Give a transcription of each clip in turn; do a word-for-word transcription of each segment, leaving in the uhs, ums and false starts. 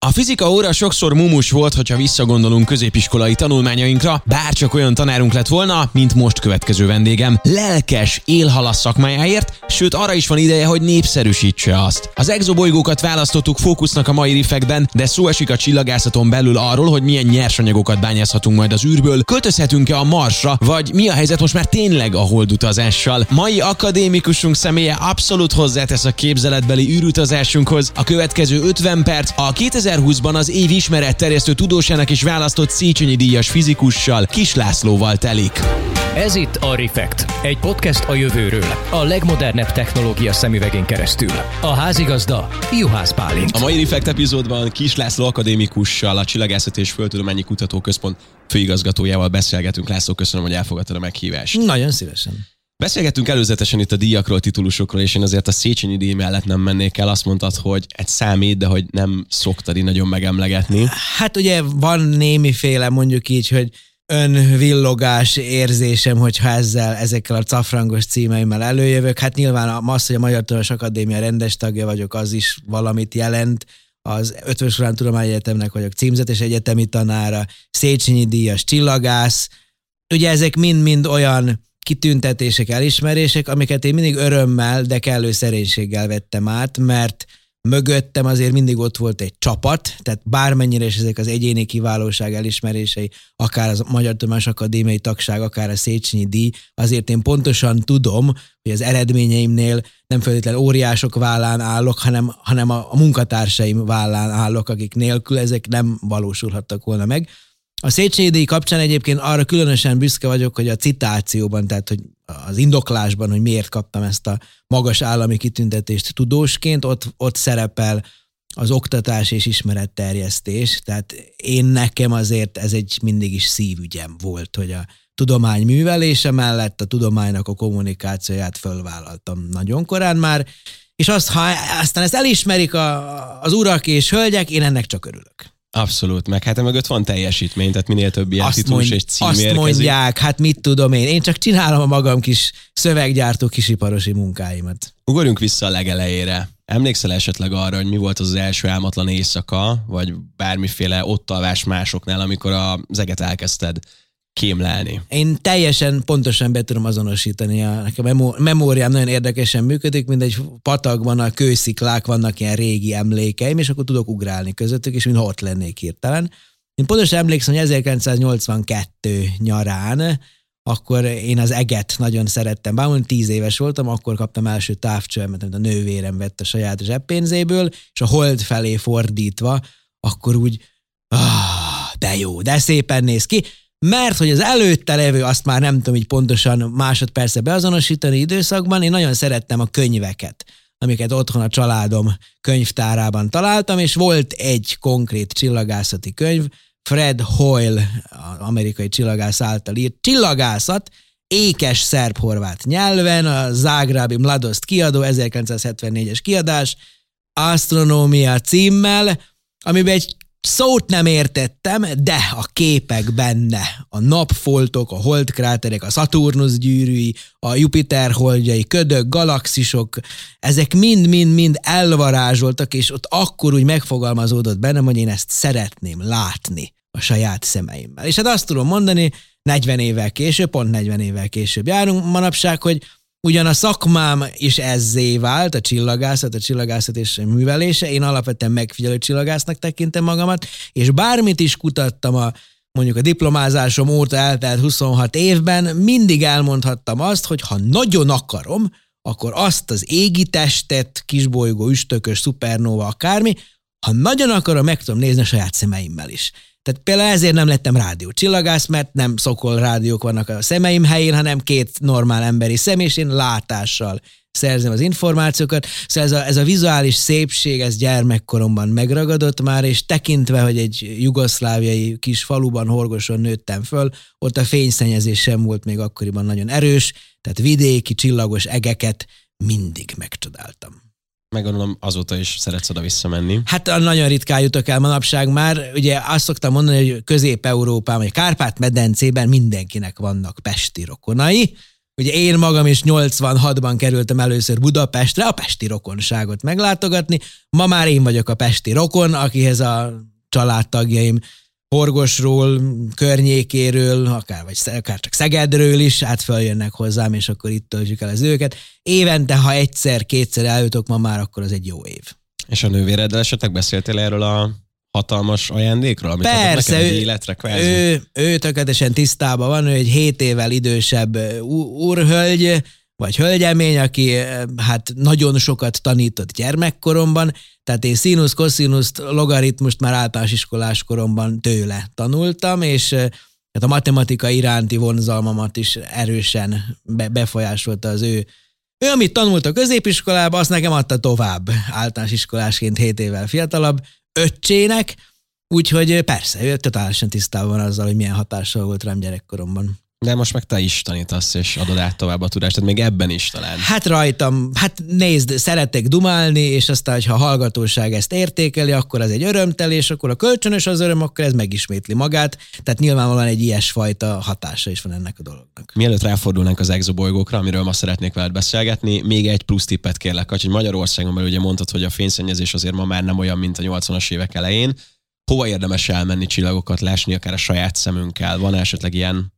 A fizika óra sokszor mumus volt, hogyha visszagondolunk középiskolai tanulmányainkra, bárcsak olyan tanárunk lett volna, mint most következő vendégem. Lelkes, élhal a szakmájáért, sőt arra is van ideje, hogy népszerűsítse azt. Az exobolygókat választottuk fókusznak a mai riffekben, de szó esik a csillagászaton belül arról, hogy milyen nyersanyagokat bányászhatunk majd az űrből, költözhetünk-e a Marsra, vagy mi a helyzet most már tényleg a holdutazással. Mai akadémikusunk személye abszolút hozzátesz a képzeletbeli űrutazásunkhoz. A következő ötven perc a kétezer-húszban az év ismeretterjesztő tudósának is választott Széchenyi díjas fizikussal, Kiss Lászlóval telik. Ez itt a Refekt, egy podcast a jövőről, a legmodernebb technológia szemüvegén keresztül. A házigazda Juhász Bálint. A mai Refekt epizódban Kiss László akadémikussal, a Csillagászat és Földtudományi Kutatóközpont főigazgatójával beszélgetünk. László, köszönöm, hogy elfogadtad a meghívást. Nagyon szívesen. Beszélgettünk előzetesen itt a díjakról, titulusokról, és én azért a Széchenyi díj mellett nem mennék el. Azt mondtad, hogy egy számít, de hogy nem szoktad így nagyon megemlegetni. Hát ugye van némiféle, mondjuk így, hogy önvillogás érzésem, hogyha ezzel, ezekkel a cafrangos címeimmel előjövök. Hát nyilván az, hogy a Magyar Tudományos Akadémia rendes tagja vagyok, az is valamit jelent. Az Ötvös Loránd Tudományegyetemnek vagyok címzetes egyetemi tanára, Széchenyi díjas csillagász. Ugye ezek mind-mind olyan kitüntetések, elismerések, amiket én mindig örömmel, de kellő szerénységgel vettem át, mert mögöttem azért mindig ott volt egy csapat, tehát bármennyire is ezek az egyéni kiválóság elismerései, akár az Magyar Tudományos Akadémiai tagság, akár a Széchenyi díj, azért én pontosan tudom, hogy az eredményeimnél nem feltétlenül óriások vállán állok, hanem, hanem a, a munkatársaim vállán állok, akik nélkül ezek nem valósulhattak volna meg. A Széchenyi díj kapcsán egyébként arra különösen büszke vagyok, hogy a citációban, tehát hogy az indoklásban, hogy miért kaptam ezt a magas állami kitüntetést tudósként, ott, ott szerepel az oktatás és ismeretterjesztés. Tehát én nekem azért ez egy mindig is szívügyem volt, hogy a tudomány művelése mellett a tudománynak a kommunikációját fölvállaltam nagyon korán már, és azt, ha aztán ezt elismerik a, az urak és hölgyek, én ennek csak örülök. Abszolút, meg hát mögött van teljesítmény, tehát minél több ilyen azt titulus mond, és cím azt érkezik. mondják, hát mit tudom én, én csak csinálom a magam kis szöveggyártó kisiparosi munkáimat. Ugorjunk vissza a legelejére. Emlékszel esetleg arra, hogy mi volt az, az első álmatlan éjszaka, vagy bármiféle ott alvás másoknál, amikor az eget elkezdted kémlelni? Én teljesen pontosan be tudom azonosítani. A, nekem a memóriám nagyon érdekesen működik, mint egy patakban a kősziklák, vannak ilyen régi emlékeim, és akkor tudok ugrálni közöttük, és mintha ott lennék hirtelen. Én pontosan emlékszem, hogy ezerkilencszáznyolcvankettő nyarán, akkor én az eget nagyon szerettem. Bár tíz éves voltam, akkor kaptam első távcsövemet, amit a nővérem vett a saját zseppénzéből, és a hold felé fordítva, akkor úgy, ah, de jó, de szépen néz ki. Mert hogy az előtte levő, azt már nem tudom így pontosan másodperce beazonosítani időszakban, én nagyon szerettem a könyveket, amiket otthon a családom könyvtárában találtam, és volt egy konkrét csillagászati könyv, Fred Hoyle, az amerikai csillagász által írt Csillagászat, ékes szerb-horvát nyelven, a zágrábi Mladost kiadó, ezerkilencszázhetvennégyes kiadás, Asztronómia címmel, amiben egy szót nem értettem, de a képek benne, a napfoltok, a holdkráterek, a Szaturnusz gyűrűi, a Jupiter holdjai, ködök, galaxisok, ezek mind-mind-mind elvarázsoltak, és ott akkor úgy megfogalmazódott bennem, hogy én ezt szeretném látni a saját szemeimmel. És hát azt tudom mondani, negyven évvel később, pont negyven évvel később járunk manapság, hogy ugyan a szakmám is ezzé vált, a csillagászat, a csillagászat és a művelése. Én alapvetően megfigyelő csillagásznak tekintem magamat, és bármit is kutattam a mondjuk a diplomázásom óta eltelt huszonhat évben, mindig elmondhattam azt, hogy ha nagyon akarom, akkor azt az égi testet, kisbolygó, üstökös, szupernóva, akármi, ha nagyon akarom, meg tudom nézni a saját szemeimmel is. Tehát például ezért nem lettem rádiócsillagász, mert nem szokol rádiók vannak a szemeim helyén, hanem két normál emberi szem, és én látással szerzem az információkat. Szóval ez a, ez a vizuális szépség, ez gyermekkoromban megragadott már, és tekintve, hogy egy jugoszláviai kis faluban, Horgoson nőttem föl, ott a fényszennyezés sem volt még akkoriban nagyon erős, tehát vidéki, csillagos egeket mindig megcsodáltam. Meggondolom, azóta is szeretsz oda visszamenni. Hát nagyon ritkán jutok el manapság már. Ugye azt szoktam mondani, hogy Közép-Európában, vagy Kárpát-medencében mindenkinek vannak pesti rokonai. Ugye én magam is nyolcvanhatban kerültem először Budapestre a pesti rokonságot meglátogatni. Ma már én vagyok a pesti rokon, akihez a családtagjaim Horgosról, környékéről, akár, vagy akár csak Szegedről is, hát följönnek hozzám, és akkor itt töltjük el az őket. Évente, ha egyszer-kétszer eljutok ma már, akkor az egy jó év. És a nővéreddel esetleg beszéltél erről a hatalmas ajándékról, amit persze, neked ő, egy életre kvázi? Ő, ő tökéletesen tisztában van, ő egy hét évvel idősebb úrhölgy, vagy hölgyemény, aki hát nagyon sokat tanított gyermekkoromban, tehát én színusz, koszinuszt, logaritmust már általános iskolás koromban tőle tanultam, és hát a matematika iránti vonzalmamat is erősen be, befolyásolta az ő. Ő, amit tanult a középiskolában, azt nekem adta tovább általános iskolásként hét évvel fiatalabb öccsének, úgyhogy persze, ő totálisan tisztában van azzal, hogy milyen hatással volt rám gyerekkoromban. De most meg te is tanítasz, és adod át tovább a tudást, tehát még ebben is talán. Hát rajtam, hát nézd, szeretek dumálni, és aztán, ha a hallgatóság ezt értékeli, akkor az egy örömtel, és akkor a kölcsönös az öröm, akkor ez megismétli magát, tehát nyilvánvalóan egy ilyesfajta hatása is van ennek a dolognak. Mielőtt ráfordulnánk az exobolygókra, amiről ma szeretnék veled beszélgetni, még egy plusz tippet kérlek, hogy Magyarországon belül ugye mondtad, hogy a fényszennyezés azért ma már nem olyan, mint a nyolcvanas évek elején. Hova érdemes elmenni csillagokat látni, akár a saját szemünkkel? Van esetleg ilyen?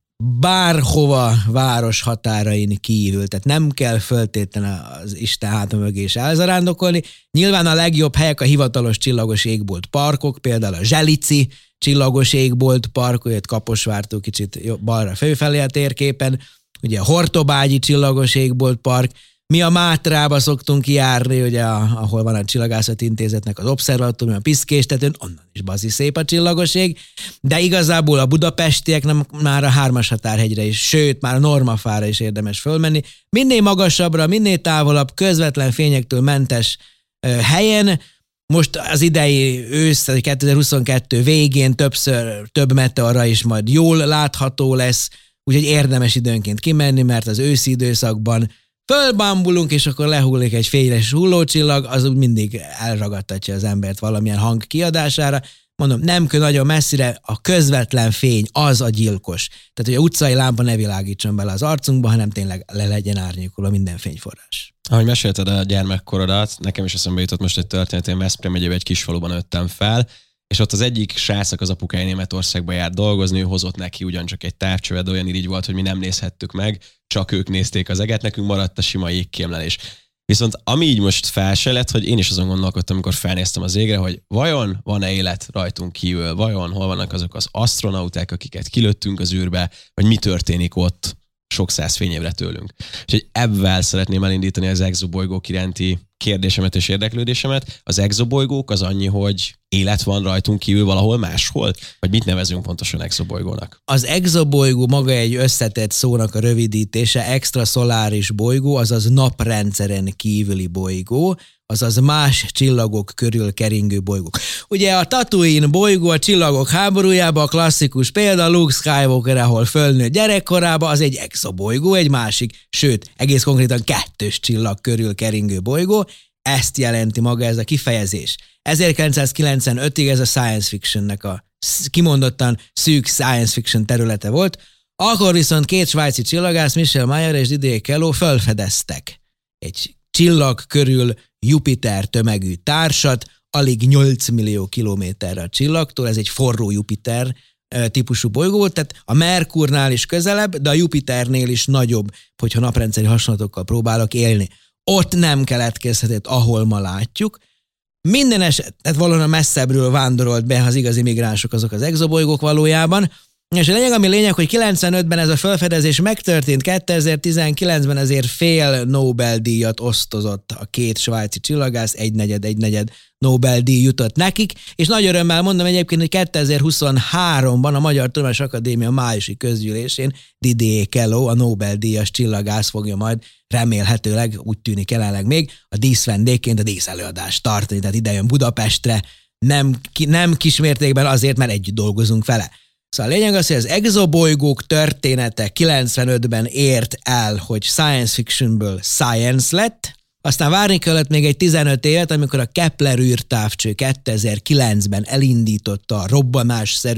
Bárhova város határain kívül, tehát nem kell föltétlenül az Isten háta mögé is elzarándokolni. Nyilván a legjobb helyek a hivatalos csillagos égbolt parkok, például a Zselici csillagos égbolt park, olyat Kaposvártól kicsit balra fölfelé a térképen, ugye a Hortobágyi csillagos égbolt park. Mi a Mátrába szoktunk járni, ugye, ahol van a Csillagászati Intézetnek az obszervatórium, a Piszkéstetőn, onnan is bazi szép a csillagos ég, de igazából a budapestiek nem, már a Hármas határhegyre is, sőt, már a Normafára is érdemes fölmenni. Minél magasabbra, minél távolabb, közvetlen fényektől mentes ö, helyen. Most az idei ősz, kétezer-huszonkettő végén többször, több meteora is majd jól látható lesz, úgyhogy érdemes időnként kimenni, mert az őszi időszakban fölbámbulunk, és akkor lehullik egy fényes hullócsillag, az úgy mindig elragadtatja az embert valamilyen hang kiadására. Mondom, nem kell nagyon messzire, a közvetlen fény az a gyilkos. Tehát, hogy a utcai lámpa ne világítson bele az arcunkba, hanem tényleg le legyen árnyékolva minden fényforrás. Ahogy mesélted a gyermekkorodat, nekem is eszembe jutott most egy történet, én Veszprém megyében egy kisfaluban nőttem fel, és ott az egyik srácnak az apukája Németországba járt dolgozni, ő hozott neki ugyancsak egy távcsövet, olyan irigy volt, hogy mi nem nézhettük meg, csak ők nézték az eget, nekünk maradt a sima jégkémlelés. Viszont ami így most fel se lett, hogy én is azon gondolkodtam, amikor felnéztem az égre, hogy vajon van-e élet rajtunk kívül, vajon hol vannak azok az asztronauták, akiket kilőttünk az űrbe, vagy mi történik ott sok száz fényévre tőlünk. Úgyhogy ebben szeretném elindítani az exobolygók iránti kérdésemet és érdeklődésemet. Az exobolygók az annyi, hogy élet van rajtunk kívül valahol máshol? Vagy mit nevezünk pontosan exobolygónak? Az exobolygó maga egy összetett szónak a rövidítése, extraszoláris bolygó, azaz naprendszeren kívüli bolygó, azaz más csillagok körül keringő bolygók. Ugye a Tatooine bolygó a csillagok háborújában a klasszikus példa, Luke Skywalker, ahol fölnőtt gyerekkorában, az egy exobolygó, egy másik, sőt, egész konkrétan kettős csillag körül keringő bolygó. Ezt jelenti maga ez a kifejezés. ezerkilencszázkilencvenötig ez a science fictionnek a kimondottan szűk science fiction területe volt, akkor viszont két svájci csillagász, Michel Mayer és Didier Queloz felfedeztek egy csillag körül Jupiter tömegű társat, alig nyolc millió kilométerre a csillagtól, ez egy forró Jupiter típusú bolygó volt, tehát a Merkurnál is közelebb, de a Jupiternél is nagyobb, hogyha naprendszeri hasonlatokkal próbálok élni. Ott nem keletkezhetett, ahol ma látjuk. Minden eset, tehát valahol messzebbről vándorolt be az igazi migránsok, azok az exobolygók valójában. És a lényeg, ami lényeg, hogy kilencvenötben ez a felfedezés megtörtént, kétezer-tizenkilencben ezért fél Nobel-díjat osztozott a két svájci csillagász, egynegyed, egynegyed Nobel-díj jutott nekik, és nagy örömmel mondom egyébként, hogy kétezer-huszonháromban a Magyar Tudományos Akadémia májusi közgyűlésén Didier Queloz, a Nobel-díjas csillagász fogja majd remélhetőleg, úgy tűnik jelenleg még, a díszvendégként a díszelőadást tartani, tehát ide jön Budapestre, nem, nem kismértékben azért, mert együtt dolgozunk vele. Szóval a lényeg az, hogy az exobolygók története kilencvenötben ért el, hogy science fictionből science lett, aztán várni kellett még egy tizenöt évet, amikor a Kepler űrtávcső kétezer-kilencben elindította a robbanásszerű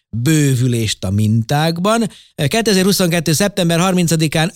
bővülést a mintákban. kétezer-huszonkettő. szeptember harmincadikán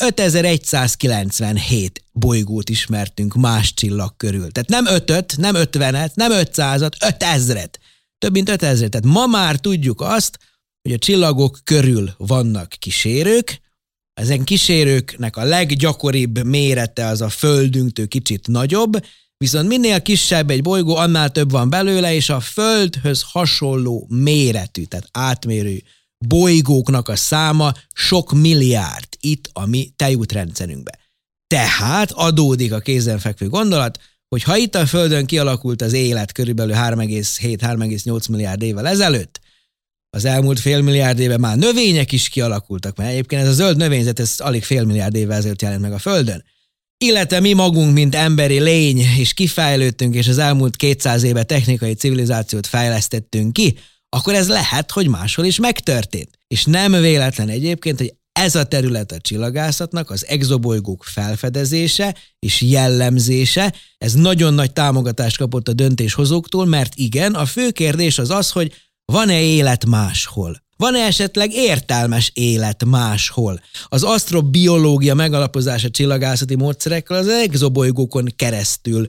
ötezer-egyszázkilencvenhét bolygót ismertünk más csillag körül. Tehát nem ötöt, nem ötvenet, nem ötszázat, ötezret. Több mint ötezret. Tehát ma már tudjuk azt, hogy a csillagok körül vannak kísérők. Ezen kísérőknek a leggyakoribb mérete az a Földünktől kicsit nagyobb, viszont minél kisebb egy bolygó, annál több van belőle, és a Földhöz hasonló méretű, tehát átmérő bolygóknak a száma sok milliárd itt a mi tejútrendszerünkben. Tehát adódik a kézenfekvő gondolat, hogy ha itt a Földön kialakult az élet körülbelül három egész hét három egész nyolc milliárd évvel ezelőtt, az elmúlt félmilliárd éve már növények is kialakultak, mert egyébként ez a zöld növényzet, ez alig félmilliárd évvel ezelőtt jelent meg a Földön. Illetve mi magunk, mint emberi lény, és kifejlődtünk, és az elmúlt kétszáz éve technikai civilizációt fejlesztettünk ki, akkor ez lehet, hogy máshol is megtörtént. És nem véletlen egyébként, hogy ez a terület a csillagászatnak, az exobolygók felfedezése és jellemzése, ez nagyon nagy támogatást kapott a döntéshozóktól, mert igen, a fő kérdés az az, hogy van-e élet máshol? Van-e esetleg értelmes élet máshol? Az asztrobiológia megalapozása csillagászati módszerekkel az exobolygókon keresztül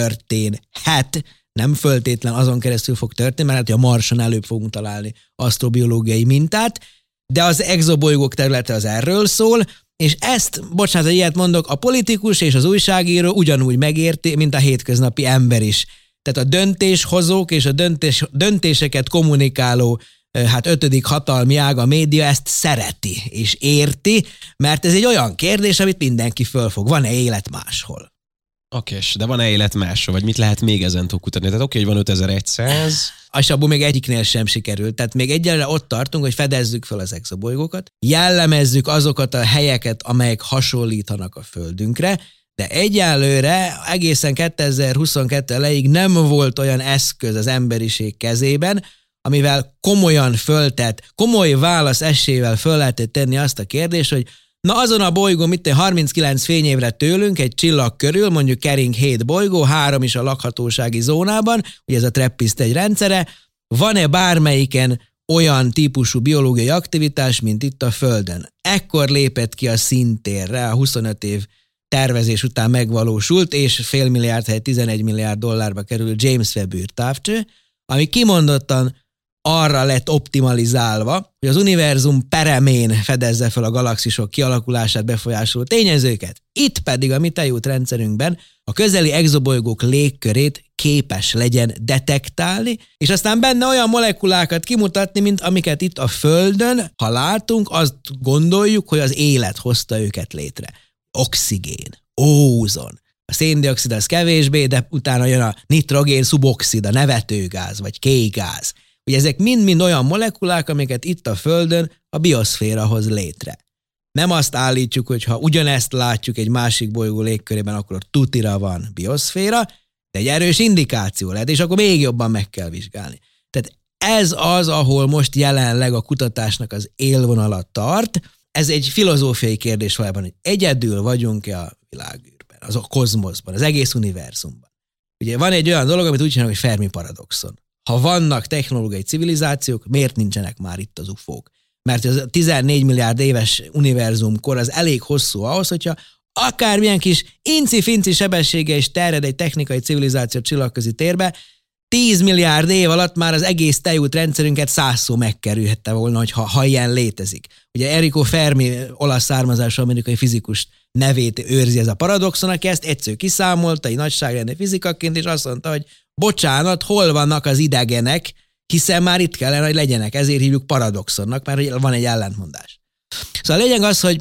történhet. Nem föltétlen azon keresztül fog történni, mert hát a Marson előbb fogunk találni asztrobiológiai mintát, de az exobolygók területe az erről szól, és ezt, bocsánat, hogy ilyet mondok, a politikus és az újságíró ugyanúgy megérti, mint a hétköznapi ember is. Tehát a döntéshozók és a döntés, döntéseket kommunikáló hát ötödik hatalmi ág, a média ezt szereti és érti, mert ez egy olyan kérdés, amit mindenki fölfog. Van-e élet máshol? Oké, de van-e élet máshol? Vagy mit lehet még ezen túl kutatni? Tehát oké, hogy van ötezer-száz. És abból még egyiknél sem sikerült. Tehát még egyelőre ott tartunk, hogy fedezzük fel az exobolygókat, jellemezzük azokat a helyeket, amelyek hasonlítanak a Földünkre, de egyelőre egészen kétezer-huszonkettő elejéig nem volt olyan eszköz az emberiség kezében, amivel komolyan föltett, komoly válasz esélyével föl lehetett tenni azt a kérdést, hogy na azon a bolygón, mit harminckilenc fényévre tőlünk, egy csillag körül, mondjuk kering hét bolygó, három is a lakhatósági zónában, ugye ez a TRAPPIST egy rendszere, van-e bármelyiken olyan típusú biológiai aktivitás, mint itt a Földön? Ekkor lépett ki a színtérre, a huszonöt év tervezés után megvalósult, és fél milliárd helyett tizenegy milliárd dollárba kerül James Webb űrtávcső, ami kimondottan arra lett optimalizálva, hogy az univerzum peremén fedezze fel a galaxisok kialakulását befolyásoló tényezőket. Itt pedig a mi tejútrendszerünkben a közeli exobolygók légkörét képes legyen detektálni, és aztán benne olyan molekulákat kimutatni, mint amiket itt a Földön, ha látunk, azt gondoljuk, hogy az élet hozta őket létre. Oxigén, ózon, a széndioxid az kevésbé, de utána jön a nitrogén szuboxid, a nevetőgáz, vagy kékgáz. Ugye ezek mind-mind olyan molekulák, amiket itt a Földön a bioszféra hoz létre. Nem azt állítjuk, hogy ha ugyanezt látjuk egy másik bolygó légkörében, akkor tutira van bioszféra, de egy erős indikáció lehet, és akkor még jobban meg kell vizsgálni. Tehát ez az, ahol most jelenleg a kutatásnak az élvonalat tart. Ez egy filozófiai kérdés valójában, hogy egyedül vagyunk-e a világűrben, az a kozmoszban, az egész univerzumban. Ugye van egy olyan dolog, amit úgy csinálunk, hogy Fermi paradoxon. Ha vannak technológiai civilizációk, miért nincsenek már itt az ufók? Mert az tizennégy milliárd éves univerzumkor az elég hosszú ahhoz, hogyha akármilyen kis inci-finci sebessége is terjed egy technikai civilizáció csillagközi térbe, tíz milliárd év alatt már az egész tejútrendszerünket százszor megkerülhette volna, ha, ha ilyen létezik. Ugye Enrico Fermi, olasz származású amerikai fizikus nevét őrzi ez a paradoxon, aki ezt egyszer kiszámolta, egy nagyságrendi fizikaként, és azt mondta, hogy bocsánat, hol vannak az idegenek, hiszen már itt kellene, hogy legyenek. Ezért hívjuk paradoxonnak, mert van egy ellentmondás. Szóval a lényeg az, hogy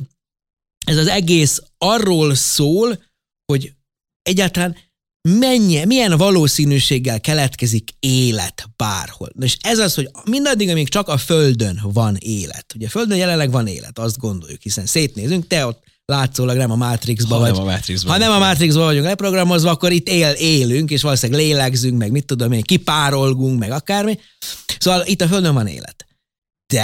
ez az egész arról szól, hogy egyáltalán mennyi, milyen valószínűséggel keletkezik élet bárhol. Na és ez az, hogy mindaddig, amíg csak a Földön van élet. Ugye a Földön jelenleg van élet, azt gondoljuk, hiszen szétnézünk, te ott látszólag nem a Matrixba vagy. Nem a Matrixba ha nem a Matrixba vagyunk leprogramozva, akkor itt él, élünk, és valószínűleg lélegzünk, meg mit tudom én, kipárolgunk, meg akármi. Szóval itt a Földön van élet. De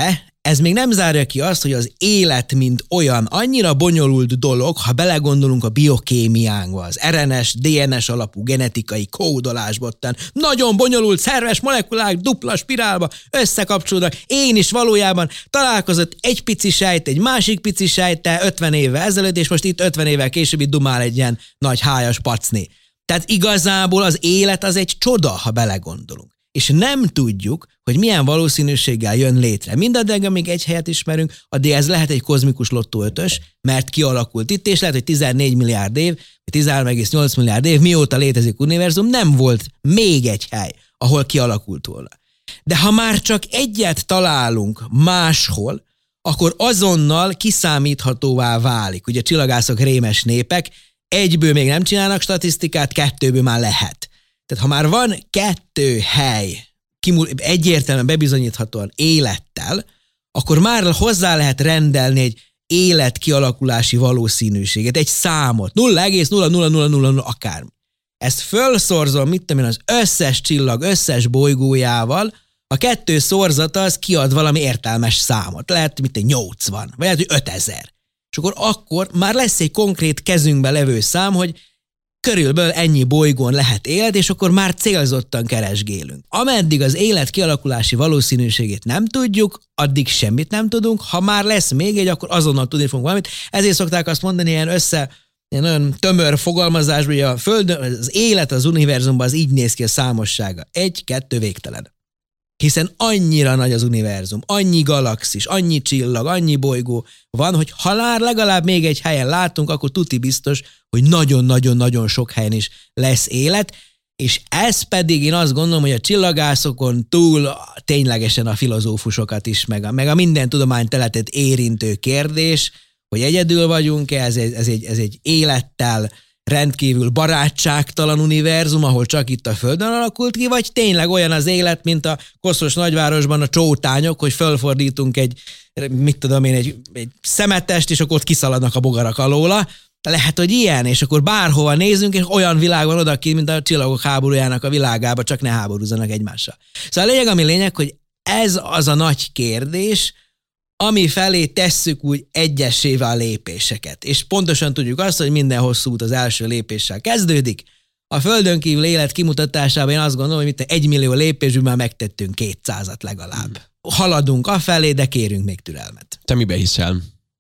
Ez még nem zárja ki azt, hogy az élet, mint olyan, annyira bonyolult dolog, ha belegondolunk a biokémiánkba, az er en es, dé en es alapú genetikai kódolásba, nagyon bonyolult szerves molekulák dupla spirálba összekapcsolódnak. Én is valójában találkozott egy pici sejt, egy másik pici sejttel ötven évvel ezelőtt, és most itt ötven évvel később itt dumál egy ilyen nagy hájas pacni. Tehát igazából az élet az egy csoda, ha belegondolunk. És nem tudjuk, hogy milyen valószínűséggel jön létre. Mindaddig, amíg egy helyet ismerünk, addig ez lehet egy kozmikus lottó ötös, mert kialakult itt, és lehet, hogy tizennégy milliárd év, vagy tizenhárom egész nyolc milliárd év, mióta létezik univerzum, nem volt még egy hely, ahol kialakult volna. De ha már csak egyet találunk máshol, akkor azonnal kiszámíthatóvá válik. Ugye csillagászok rémes népek, egyből még nem csinálnak statisztikát, kettőből már lehet. Tehát ha már van kettő hely, egyértelműen bebizonyíthatóan élettel, akkor már hozzá lehet rendelni egy élet kialakulási valószínűséget, egy számot, nulla egész nulla nulla nulla nulla akármi. Ezt fölszorzom, mit tudom én, az összes csillag, összes bolygójával, a kettő szorzata az kiad valami értelmes számot. Lehet, mint egy nyolcvan, vagy lehet, hogy ötezer. És akkor akkor már lesz egy konkrét kezünkbe levő szám, hogy körülbelül ennyi bolygón lehet élet, és akkor már célzottan keresgélünk. Ameddig az élet kialakulási valószínűségét nem tudjuk, addig semmit nem tudunk, ha már lesz még egy, akkor azonnal tudni fogunk valamit. Ezért szokták azt mondani, ilyen össze, ilyen nagyon tömör fogalmazás, hogy a Földön, az élet az univerzumban az így néz ki a számossága. Egy, kettő, végtelen. Hiszen annyira nagy az univerzum, annyi galaxis, annyi csillag, annyi bolygó van, hogy ha már legalább még egy helyen látunk, akkor tuti biztos, hogy nagyon-nagyon-nagyon sok helyen is lesz élet, és ez pedig én azt gondolom, hogy a csillagászokon túl ténylegesen a filozófusokat is, meg a, meg a minden tudományterületet érintő kérdés, hogy egyedül vagyunk-e, ez egy, ez egy, ez egy élettel rendkívül barátságtalan univerzum, ahol csak itt a Földön alakult ki, vagy tényleg olyan az élet, mint a koszos nagyvárosban a csótányok, hogy fölfordítunk egy, mit tudom én, egy, egy szemetest, és akkor ott kiszaladnak a bogarak alóla. Lehet, hogy ilyen, és akkor bárhova nézünk, és olyan világ van odakint, mint a csillagok háborújának a világába, csak ne háborúzzanak egymással. Szóval a lényeg, ami lényeg, hogy ez az a nagy kérdés, ami felé tesszük úgy egyesével a lépéseket. És pontosan tudjuk azt, hogy minden hosszú út az első lépéssel kezdődik. A Földön kívül élet kimutatásában én azt gondolom, hogy mit egy millió lépésből már megtettünk kétszázat legalább. Haladunk afelé, de kérünk még türelmet. Te mibe hiszel?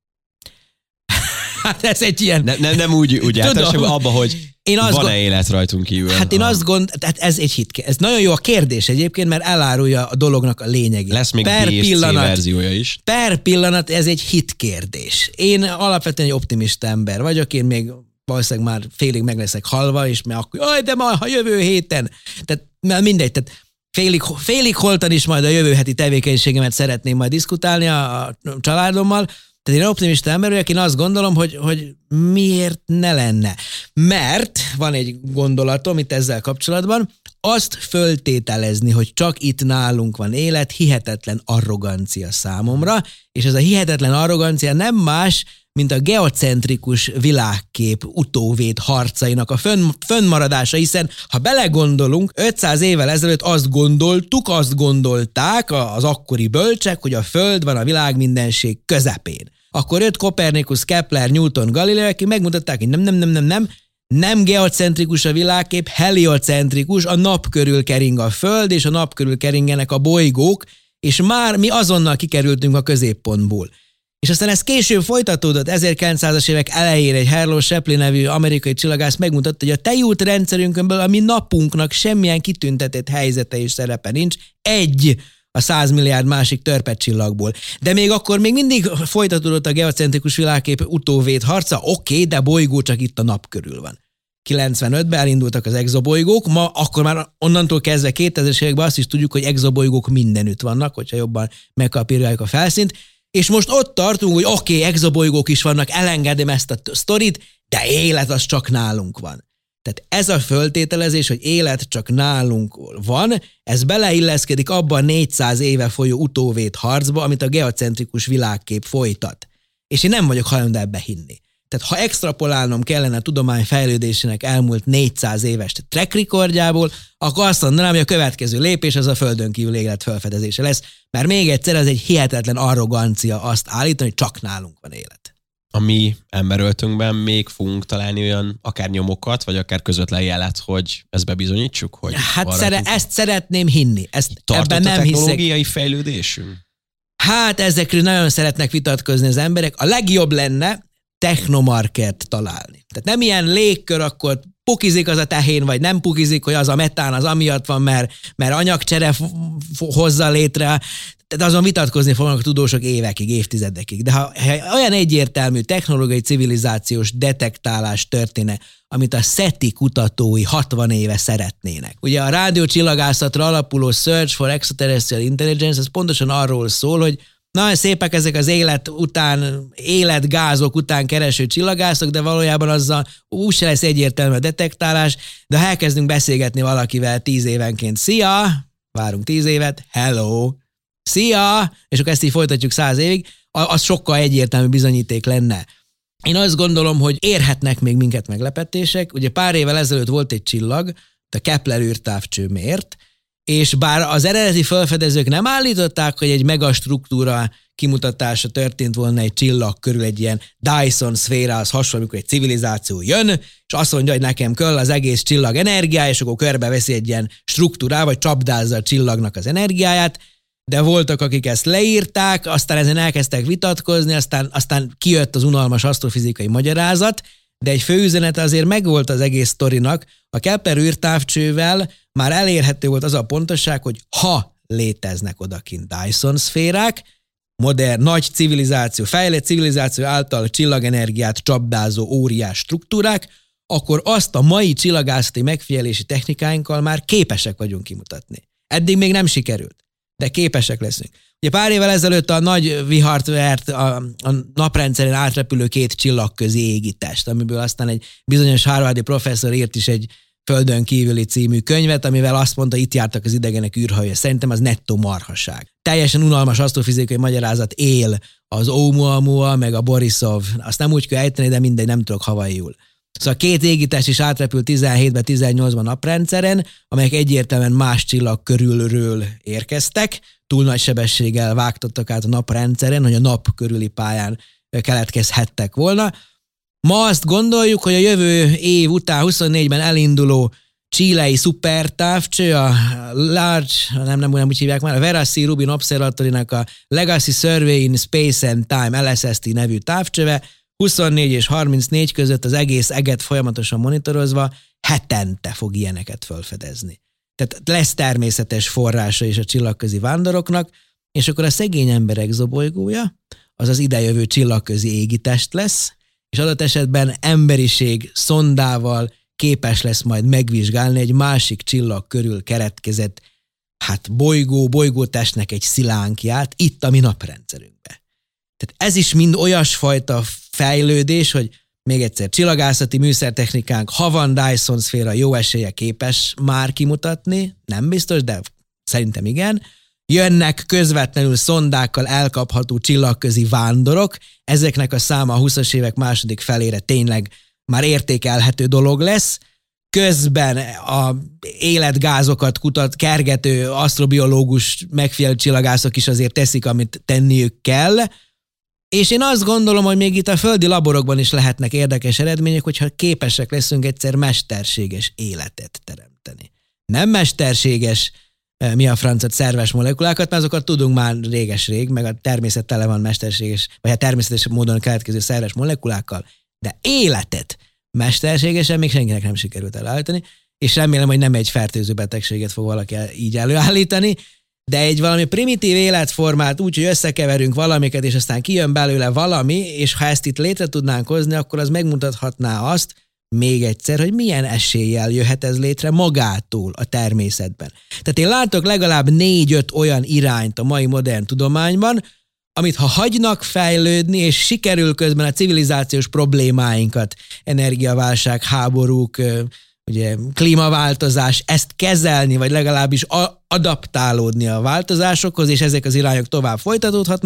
Hát ez egy ilyen... Ne, nem, nem úgy, úgy általánosan abba, hogy én van-e gond... élet rajtunk kívül? Hát én a... azt gondolom, tehát ez egy hit. Ez nagyon jó a kérdés egyébként, mert elárulja a dolognak a lényegét. Lesz még per B és pillanat, C verziója is. Per pillanat ez egy hit kérdés. Én alapvetően egy optimista ember vagyok, én még valószínűleg már félig meg leszek halva, és mert akkor, jaj, de ma, ha jövő héten. Tehát mindegy, tehát félig, félig holtan is majd a jövő heti tevékenységemet szeretném majd diszkutálni a, a családommal. Tehát én optimista ember vagyok, én azt gondolom, hogy, hogy miért ne lenne. Mert van egy gondolatom itt ezzel kapcsolatban, azt föltételezni, hogy csak itt nálunk van élet, hihetetlen arrogancia számomra, és ez a hihetetlen arrogancia nem más, mint a geocentrikus világkép utóvét harcainak a fönn, fönnmaradása, hiszen ha belegondolunk, ötszáz évvel ezelőtt azt gondoltuk, azt gondolták az akkori bölcsek, hogy a Föld van a világ mindenség közepén. Akkor jött Kopernikus, Kepler, Newton, Galileo, akik megmutatták, hogy nem, nem, nem, nem, nem, nem geocentrikus a világkép, heliocentrikus, a nap körül kering a Föld, és a nap körül keringenek a bolygók, és már mi azonnal kikerültünk a középpontból. És aztán ez később folytatódott, ezerkilencszázas évek elejére egy Herlow Shapley nevű amerikai csillagász megmutatta, hogy a tejútrendszerünkön belül a mi napunknak semmilyen kitüntetett helyzete és szerepe nincs, egy a száz milliárd másik törped csillagból. De még akkor még mindig folytatódott a geocentrikus világkép utóvét harca, oké, okay, de bolygó csak itt a nap körül van. kilencvenötben elindultak az exobolygók, ma akkor már onnantól kezdve kétezres években azt is tudjuk, hogy exobolygók mindenütt vannak, hogyha jobban megkapírják a felszínt, és most ott tartunk, hogy oké, okay, exobolygók is vannak, elengedem ezt a sztorit, de élet az csak nálunk van. Tehát ez a föltételezés, hogy élet csak nálunk van, ez beleilleszkedik abban a négyszáz éve folyó utóvét harcba, amit a geocentrikus világkép folytat. És én nem vagyok hajlandó ebbe hinni. Tehát ha extrapolálnom kellene a tudomány fejlődésének elmúlt négyszáz éves track recordjából, akkor azt mondanám, hogy a következő lépés az a földön kívül élet felfedezése lesz, mert még egyszer ez egy hihetetlen arrogancia azt állítani, hogy csak nálunk van élet. A mi emberöltünkben még fogunk találni olyan akár nyomokat, vagy akár közvetlen jelet, hogy ezt bebizonyítsuk? Hogy hát szere, ezt szeretném hinni. Ezt tartott ebben nem a technológiai hiszek. fejlődésünk? Hát ezekről nagyon szeretnek vitatkozni az emberek. A legjobb lenne technomarkert találni. Tehát nem ilyen légkör, akkor pukizik az a tehén, vagy nem pukizik, hogy az a metán az amiatt van, mert, mert anyagcsere f- f- hozza létre. Tehát azon vitatkozni fognak a tudósok évekig, évtizedekig. De ha, ha olyan egyértelmű technológiai civilizációs detektálás történne, amit a SETI kutatói hatvan éve szeretnének. Ugye a rádiócsillagászatra alapuló Search for Extraterrestrial Intelligence, ez pontosan arról szól, hogy nagyon szépek ezek az élet után, életgázok után kereső csillagászok, de valójában azzal úgyse lesz egyértelmű a detektálás, de ha elkezdünk beszélgetni valakivel tíz évenként, szia, várunk tíz évet, hello, szia, és akkor ezt így folytatjuk száz évig, az sokkal egyértelmű bizonyíték lenne. Én azt gondolom, hogy érhetnek még minket meglepetések. Ugye pár évvel ezelőtt volt egy csillag, a Kepler űrtávcső mért, és bár az eredeti felfedezők nem állították, hogy egy megastruktúra kimutatása történt volna egy csillag körül, egy ilyen Dyson szférához hasonló, amikor egy civilizáció jön, és azt mondja, hogy nekem kell az egész csillag energiája, és akkor körbeveszi egy ilyen struktúrá, vagy csapdázza a csillagnak az energiáját, de voltak, akik ezt leírták, aztán ezen elkezdtek vitatkozni, aztán, aztán kijött az unalmas asztrofizikai magyarázat, de egy főüzenete azért megvolt az egész sztorinak. A Kepler űrtávcsővel már elérhető volt az a pontosság, hogy ha léteznek odakint Dyson szférák, modern, nagy civilizáció, fejlett civilizáció által csillagenergiát csapdázó óriás struktúrák, akkor azt a mai csillagászati megfigyelési technikáinkkal már képesek vagyunk kimutatni. Eddig még nem sikerült, de képesek leszünk. Ugye pár évvel ezelőtt a nagy vihart vert a, a naprendszeren átrepülő két csillagközi égitest, amiből aztán egy bizonyos harvardi professzor írt is egy Földön kívüli című könyvet, amivel azt mondta, itt jártak az idegenek űrhajója. Szerintem az nettó marhaság. Teljesen unalmas asztrofizikai magyarázat él az Oumuamua, meg a Borisov. Azt nem úgy kell ejteni, de mindegy, nem tudok havaiul. Szóval két égitest is átrepült tizenhétben, tizennyolcban naprendszeren, amelyek egyértelműen más csillag körülről érkeztek, túl nagy sebességgel vágtottak át a naprendszeren, hogy a nap körüli pályán keletkezhettek volna. Ma azt gondoljuk, hogy a jövő év után huszonnégyben elinduló chilei szupertávcső, a Large, nem, nem, nem úgy hívják már, a Vera C. Rubin Observatory-nak a Legacy Survey in Space and Time L S S T nevű távcsöve, huszonnégy és harmincnégy között az egész eget folyamatosan monitorozva hetente fog ilyeneket felfedezni. Tehát lesz természetes forrása is a csillagközi vándoroknak, és akkor a szegény emberek zobolygója az az idejövő csillagközi égitest lesz, és adott esetben emberiség szondával képes lesz majd megvizsgálni egy másik csillag körül keretkezett hát bolygó, bolygótestnek egy szilánkját itt a mi naprendszerünkbe. Tehát ez is mind olyasfajta fejlődés, hogy még egyszer csillagászati műszertechnikánk, ha van Dyson szféra, jó esélye képes már kimutatni, nem biztos, de szerintem igen. Jönnek közvetlenül szondákkal elkapható csillagközi vándorok, ezeknek a száma a huszas évek második felére tényleg már értékelhető dolog lesz. Közben a életgázokat kutat, kergető asztrobiológus megfigyelő csillagászok is azért teszik, amit tenniük kell. És én azt gondolom, hogy még itt a földi laborokban is lehetnek érdekes eredmények, hogyha képesek leszünk egyszer mesterséges életet teremteni. Nem mesterséges, mi a francot, szerves molekulákat, mert azokat tudunk már réges-rég, meg a természet tele van mesterséges, vagy a természetes módon keletkező szerves molekulákkal, de életet mesterségesen még senkinek nem sikerült elállítani, és remélem, hogy nem egy fertőző betegséget fog valaki így előállítani, de egy valami primitív életformát úgy, hogy összekeverünk valamiket, és aztán kijön belőle valami, és ha ezt itt létre tudnánk hozni, akkor az megmutathatná azt, még egyszer, hogy milyen eséllyel jöhet ez létre magától a természetben. Tehát én látok legalább négy-öt olyan irányt a mai modern tudományban, amit ha hagynak fejlődni, és sikerül közben a civilizációs problémáinkat, energiaválság, háborúk, ugye klímaváltozás, ezt kezelni, vagy legalábbis adaptálódni a változásokhoz, és ezek az irányok tovább folytatódhatnak,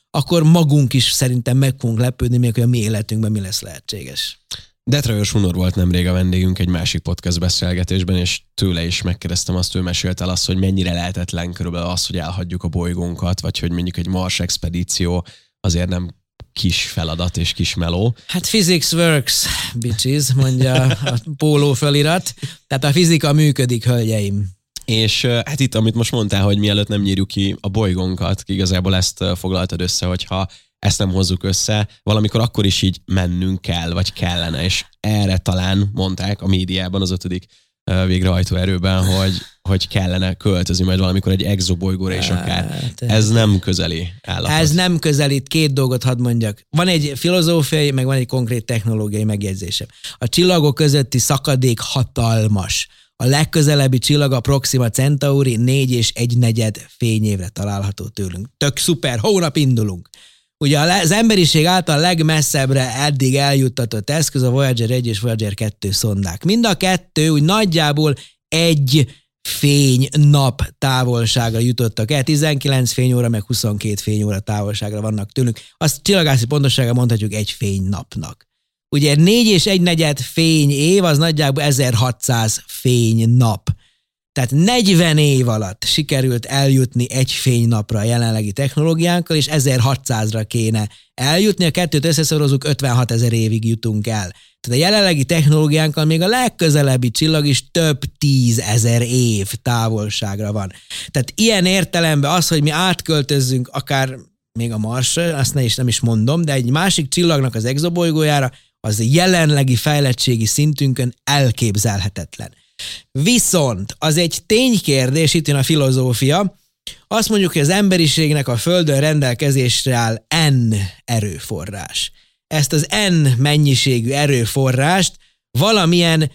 akkor magunk is szerintem meg fogunk lepődni, még hogy a mi életünkben mi lesz lehetséges. Detrajos Hunor volt nemrég a vendégünk egy másik podcast beszélgetésben, és tőle is megkérdeztem azt, ő mesélt el azt, hogy mennyire lehetetlen körülbelül az, hogy elhagyjuk a bolygónkat, vagy hogy mondjuk egy Mars expedíció azért nem kis feladat és kis meló. Hát physics works, bitches, mondja a póló felirat. Tehát a fizika működik, hölgyeim. És hát itt, amit most mondtál, hogy mielőtt nem nyírjuk ki a bolygónkat, igazából ezt foglaltad össze, hogyha ezt nem hozzuk össze, valamikor akkor is így mennünk kell, vagy kellene, és erre talán mondták a médiában az ötödik végrehajtó erőben, hogy, hogy kellene költözni majd valamikor egy exobolygóra, és akár. Ez nem közeli állapot. Ez nem közelít, két dolgot hadd mondjak. Van egy filozófiai, meg van egy konkrét technológiai megjegyzésem. A csillagok közötti szakadék hatalmas. A legközelebbi csillag a Proxima Centauri négy és egy negyed fényévre található tőlünk. Tök szuper, hónap indulunk. Ugye az emberiség által legmesszebbre eddig eljuttatott eszköz a Voyager egy és Voyager kettő szondák. Mind a kettő úgy nagyjából egy fénynap távolságra jutottak el, tizenkilenc fényóra, meg huszonkét fényóra távolságra vannak tőlünk. Azt csillagászi pontossággal mondhatjuk egy fénynapnak. Ugye négy és egy negyed fény év, az nagyjából ezerhatszáz fénynap. Tehát negyven év alatt sikerült eljutni egy fénynapra a jelenlegi technológiánkkal, és ezerhatszázra kéne eljutni, a kettőt összeszorozunk, ötvenhatezer évig jutunk el. Tehát a jelenlegi technológiánkkal még a legközelebbi csillag is több tízezer év távolságra van. Tehát ilyen értelemben az, hogy mi átköltözzünk akár még a Marsra, azt ne is nem is mondom, de egy másik csillagnak az exobolygójára, az jelenlegi fejlettségi szintünkön elképzelhetetlen. Viszont az egy ténykérdés, itt jön a filozófia, azt mondjuk, hogy az emberiségnek a Földön rendelkezésre áll N erőforrás. Ezt az N mennyiségű erőforrást valamilyen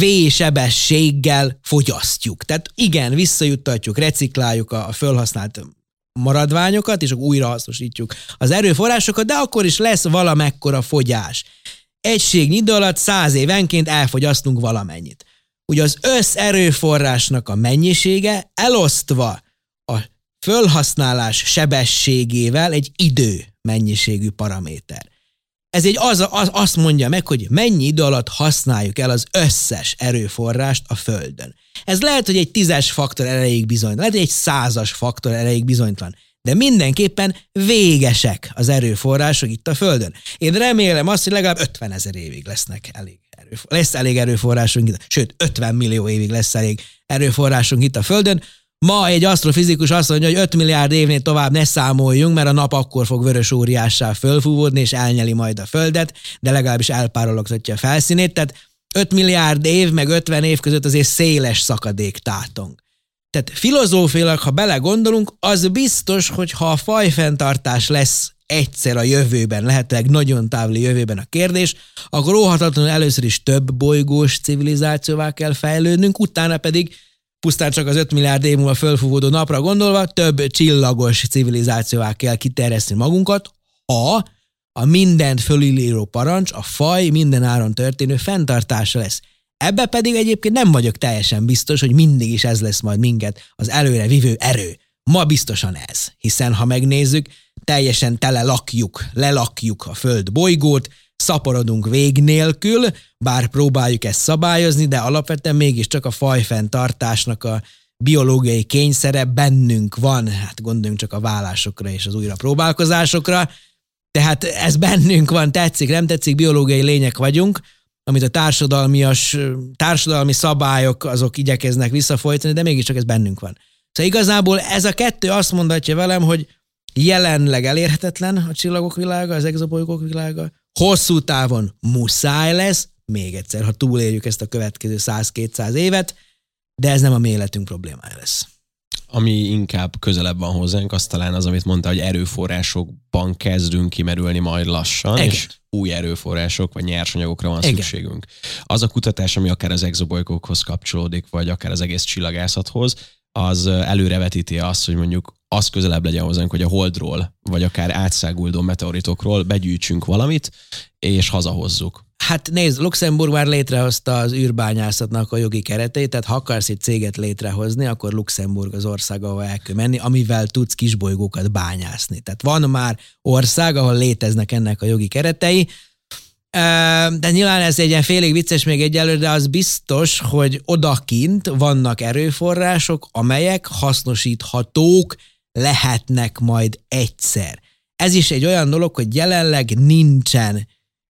V-sebességgel fogyasztjuk. Tehát igen, visszajuttatjuk, recikláljuk a fölhasznált maradványokat, és újra hasznosítjuk az erőforrásokat, de akkor is lesz valamekkora fogyás. Egységnyi idő alatt száz évenként elfogyasztunk valamennyit. Ugye az összerőforrásnak a mennyisége elosztva a fölhasználás sebességével egy idő mennyiségű paraméter. Ez egy az, az, azt mondja meg, hogy mennyi idő alatt használjuk el az összes erőforrást a Földön. Ez lehet, hogy egy tízes faktor erejéig bizonytalan, lehet, hogy egy százas faktor erejéig bizonytalan, de mindenképpen végesek az erőforrások itt a Földön. Én remélem azt, hogy legalább ötvenezer évig lesznek elég erőforrások. Lesz elég erőforrásunk itt, sőt ötven millió évig lesz elég erőforrásunk itt a Földön. Ma egy asztrofizikus azt mondja, hogy öt milliárd évnél tovább ne számoljunk, mert a nap akkor fog vörös óriássá fölfúvódni, és elnyeli majd a Földet, de legalábbis elpárologtatja a felszínét. Tehát öt milliárd év meg ötven év között azért széles szakadék tátong. Tehát filozófiailag, ha belegondolunk, az biztos, hogy ha a fajfenntartás lesz egyszer a jövőben, lehetőleg nagyon távoli jövőben a kérdés, akkor óhatatlanul először is több bolygós civilizációvá kell fejlődnünk, utána pedig pusztán csak az öt milliárd év múlva fölfúvódó napra gondolva több csillagos civilizációvá kell kiterjeszteni magunkat, ha a mindent fölülíró parancs, a faj minden áron történő fenntartása lesz. Ebbe pedig egyébként nem vagyok teljesen biztos, hogy mindig is ez lesz majd minket az előre vivő erő. Ma biztosan ez, hiszen ha megnézzük, teljesen tele lakjuk, lelakjuk a Föld bolygót, szaporodunk vég nélkül, bár próbáljuk ezt szabályozni, de alapvetően mégiscsak a fajfenntartásnak a biológiai kényszere bennünk van, hát gondoljunk csak a vállásokra és az újra próbálkozásokra, tehát ez bennünk van, tetszik, nem tetszik, biológiai lények vagyunk, amit a társadalmias, társadalmi szabályok azok igyekeznek visszafolytani, de mégiscsak ez bennünk van. Szóval igazából ez a kettő azt mondatja velem, hogy jelenleg elérhetetlen a csillagok világa, az exobolygók világa, hosszú távon muszáj lesz, még egyszer, ha túléljük ezt a következő száz-kétszáz évet, de ez nem a mi életünk problémája lesz. Ami inkább közelebb van hozzánk, az talán az, amit mondta, hogy erőforrásokban kezdünk kimerülni majd lassan, Igen. és új erőforrások vagy nyersanyagokra van Igen. szükségünk. Az a kutatás, ami akár az exobolygókhoz kapcsolódik, vagy akár az egész csillagászathoz, az előrevetíti azt, hogy mondjuk az közelebb legyen hozzánk, hogy a Holdról, vagy akár átszáguldó meteoritokról begyűjtsünk valamit, és hazahozzuk. Hát nézd, Luxemburg már létrehozta az űrbányászatnak a jogi kereteit, tehát ha akarsz egy céget létrehozni, akkor Luxemburg az ország, ahol el kell menni, amivel tudsz kisbolygókat bányászni. Tehát van már ország, ahol léteznek ennek a jogi keretei, de nyilván ez egy ilyen félig vicces még egyelőre, de az biztos, hogy odakint vannak erőforrások, amelyek hasznosíthatók lehetnek majd egyszer. Ez is egy olyan dolog, hogy jelenleg nincsen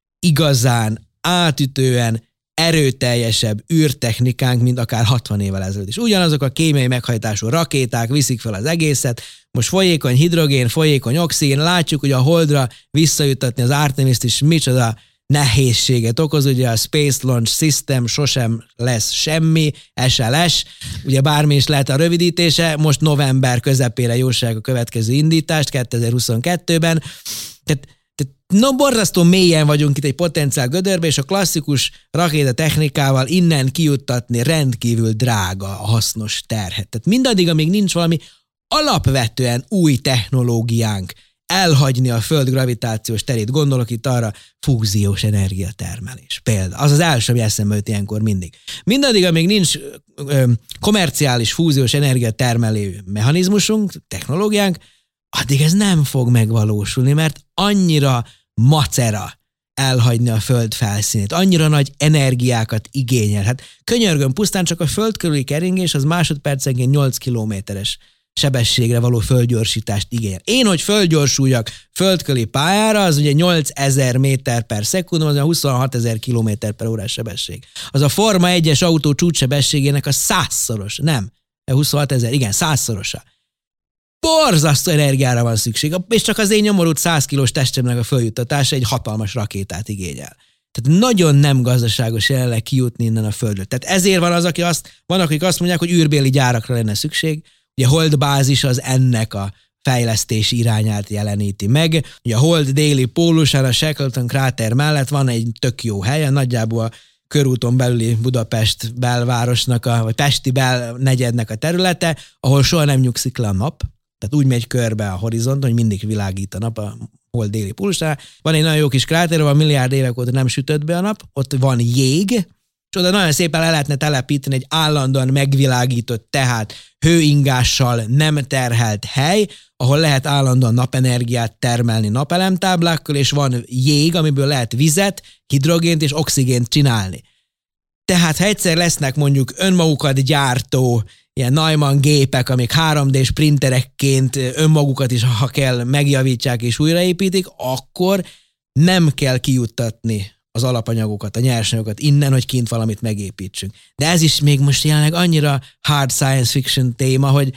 igazán átütően erőteljesebb űrtechnikánk, mint akár hatvan évvel ezelőtt is. Ugyanazok a kémiai meghajtású rakéták viszik fel az egészet, most folyékony hidrogén, folyékony oxigén, látjuk, hogy a Holdra visszajutatni az Artemis-t is micsoda nehézséget okoz, ugye a Space Launch System sosem lesz semmi, es el es, ugye bármi is lehet a rövidítése, most november közepére jóság a következő indítást, kétezer-huszonkettőben, tehát no, borzasztó mélyen vagyunk itt egy potenciál gödörbe, és a klasszikus rakétatechnikával innen kijuttatni rendkívül drága a hasznos terhet. Tehát mindaddig, amíg nincs valami alapvetően új technológiánk elhagyni a Föld gravitációs terét, gondolok itt arra, fúziós energiatermelés. Például. Az az első, ami eszembe jut ilyenkor mindig. Mindaddig, amíg nincs ö, komerciális fúziós energiatermelő mechanizmusunk, technológiánk, addig ez nem fog megvalósulni, mert annyira macera elhagyni a Föld felszínét, annyira nagy energiákat igényel. Hát könyörgöm, pusztán csak a Föld körüli keringés az másodpercenként nyolc kilométeres sebességre való földgyorsítást igényel. Én, hogy földgyorsuljak földközi pályára, az ugye nyolcezer méter per szekundum, az a huszonhatezer kilométer per órás sebesség. Az a Forma egyes autó csúcssebességének a százszoros, nem, huszonhatezer, igen, százszorosa. Borzasztó energiára van szükség, és csak az én nyomorult száz kilós testemnek a följuttatása egy hatalmas rakétát igényel. Tehát nagyon nem gazdaságos jelenleg kijutni innen a Földről. Tehát ezért van az, aki azt, van, akik azt mondják, hogy űrbéli gyárakra lenne szükség. Ugye a holdbázis az ennek a fejlesztési irányát jeleníti meg. Ugye a hold déli pólusán, a Shackleton kráter mellett van egy tök jó helyen, nagyjából a körúton belüli Budapest belvárosnak, a, vagy Pesti belnegyednek a területe, ahol soha nem nyugszik le a nap. Tehát úgy megy körbe a horizont, hogy mindig világít a nap a hold déli pólusán. Van egy nagyon jó kis kráter, ahol milliárd évek óta nem sütött be a nap, ott van jég, és oda nagyon szépen le lehetne telepíteni egy állandóan megvilágított, tehát hőingással nem terhelt hely, ahol lehet állandóan napenergiát termelni napelemtáblákkal, és van jég, amiből lehet vizet, hidrogént és oxigént csinálni. Tehát ha egyszer lesznek mondjuk önmagukat gyártó ilyen Neumann gépek, amik három dés printerekként önmagukat is, ha kell, megjavítják és újraépítik, akkor nem kell kijuttatni az alapanyagokat, a nyersanyagokat innen, hogy kint valamit megépítsünk. De ez is még most jelenleg annyira hard science fiction téma, hogy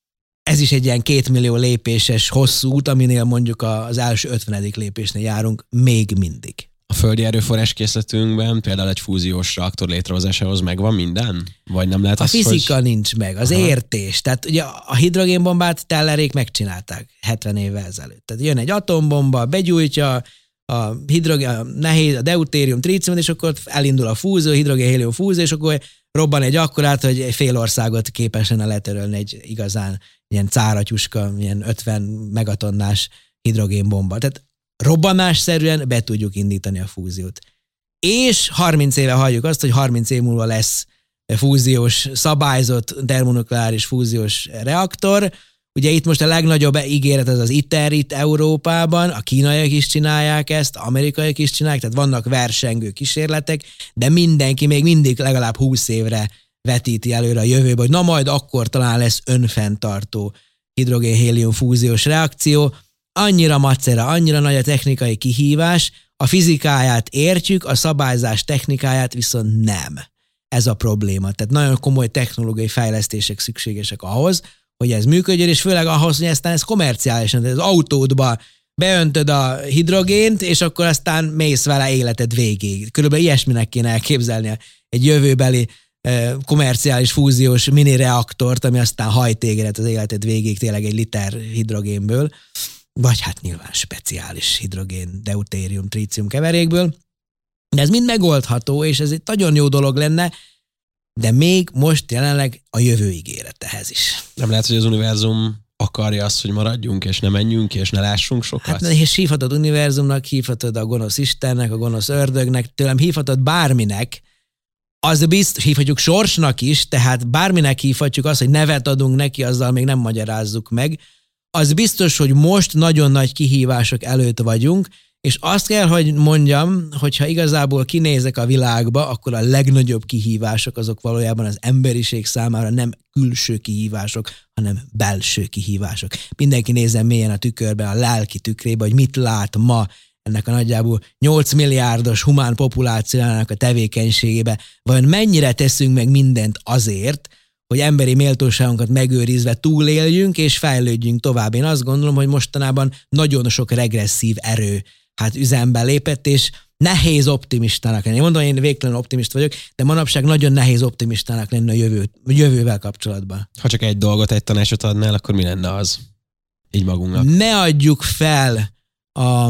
ez is egy ilyen kétmillió lépéses hosszú út, aminél mondjuk az első ötvenedik lépésnél járunk még mindig. A földi erőforrás készletünkben például egy fúziós reaktor létrehozásához megvan minden? Vagy nem lehet a az, fizika hogy... nincs meg, az Aha. értés. Tehát ugye a hidrogénbombát Tellerék megcsinálták hetven évvel ezelőtt. Tehát jön egy atombomba, begyújtja a hidrogén, a nehéz, a deutérium, trícium, és akkor elindul a fúzió, hidrogén-hélium fúzió, és akkor robban egy akkorát, hogy egy fél országot képes lenne letörölni egy igazán ilyen cáratyuska, ilyen ötven megatonnás hidrogénbomba. Tehát robbanásszerűen be tudjuk indítani a fúziót. És harminc éve halljuk azt, hogy harminc év múlva lesz fúziós, szabályzott termonukleáris fúziós reaktor. Ugye itt most a legnagyobb ígéret az az ITER itt Európában, a kínaiak is csinálják ezt, amerikaiak is csinálják, tehát vannak versengő kísérletek, de mindenki még mindig legalább húsz évre vetíti előre a jövőbe, hogy na majd akkor talán lesz önfenntartó hidrogén-hélium fúziós reakció. Annyira macera, annyira nagy a technikai kihívás, a fizikáját értjük, a szabályzás technikáját viszont nem. Ez a probléma. Tehát nagyon komoly technológiai fejlesztések szükségesek ahhoz, hogy ez működjön, és főleg ahhoz, hogy aztán ez komerciálisan, tehát az autódba beöntöd a hidrogént, és akkor aztán mész vele életed végéig. Körülbelül ilyesminek kéne elképzelni egy jövőbeli komerciális fúziós mini reaktort, ami aztán hajt téged az életed végéig tényleg egy liter hidrogénből, vagy hát nyilván speciális hidrogén, deutérium, trícium keverékből. De ez mind megoldható, és ez egy nagyon jó dolog lenne, de még most jelenleg a jövő ígéret ehhez is. Nem lehet, hogy az univerzum akarja azt, hogy maradjunk, és ne menjünk, és ne lássunk sokat? Hát és hívhatod univerzumnak, hívhatod a gonosz Istennek, a gonosz ördögnek, tőlem hívhatod bárminek, az biztos, hívhatjuk sorsnak is, tehát bárminek hívhatjuk azt, hogy nevet adunk neki, azzal még nem magyarázzuk meg. Az biztos, hogy most nagyon nagy kihívások előtt vagyunk, és azt kell, hogy mondjam, hogyha igazából kinézek a világba, akkor a legnagyobb kihívások azok valójában az emberiség számára nem külső kihívások, hanem belső kihívások. Mindenki nézzen mélyen a tükörbe, a lelki tükrébe, hogy mit lát ma ennek a nagyjából nyolc milliárdos humán populációjának a tevékenységébe, vajon mennyire teszünk meg mindent azért, hogy emberi méltóságunkat megőrizve túléljünk és fejlődjünk tovább. Én azt gondolom, hogy mostanában nagyon sok regresszív erő hát üzembe lépett, és nehéz optimistának lenni. Én mondom, én végtelen optimist vagyok, de manapság nagyon nehéz optimistának lenni a jövő, jövővel kapcsolatban. Ha csak egy dolgot, egy tanácsot adnál, akkor mi lenne az? Így magunknak. Ne adjuk fel a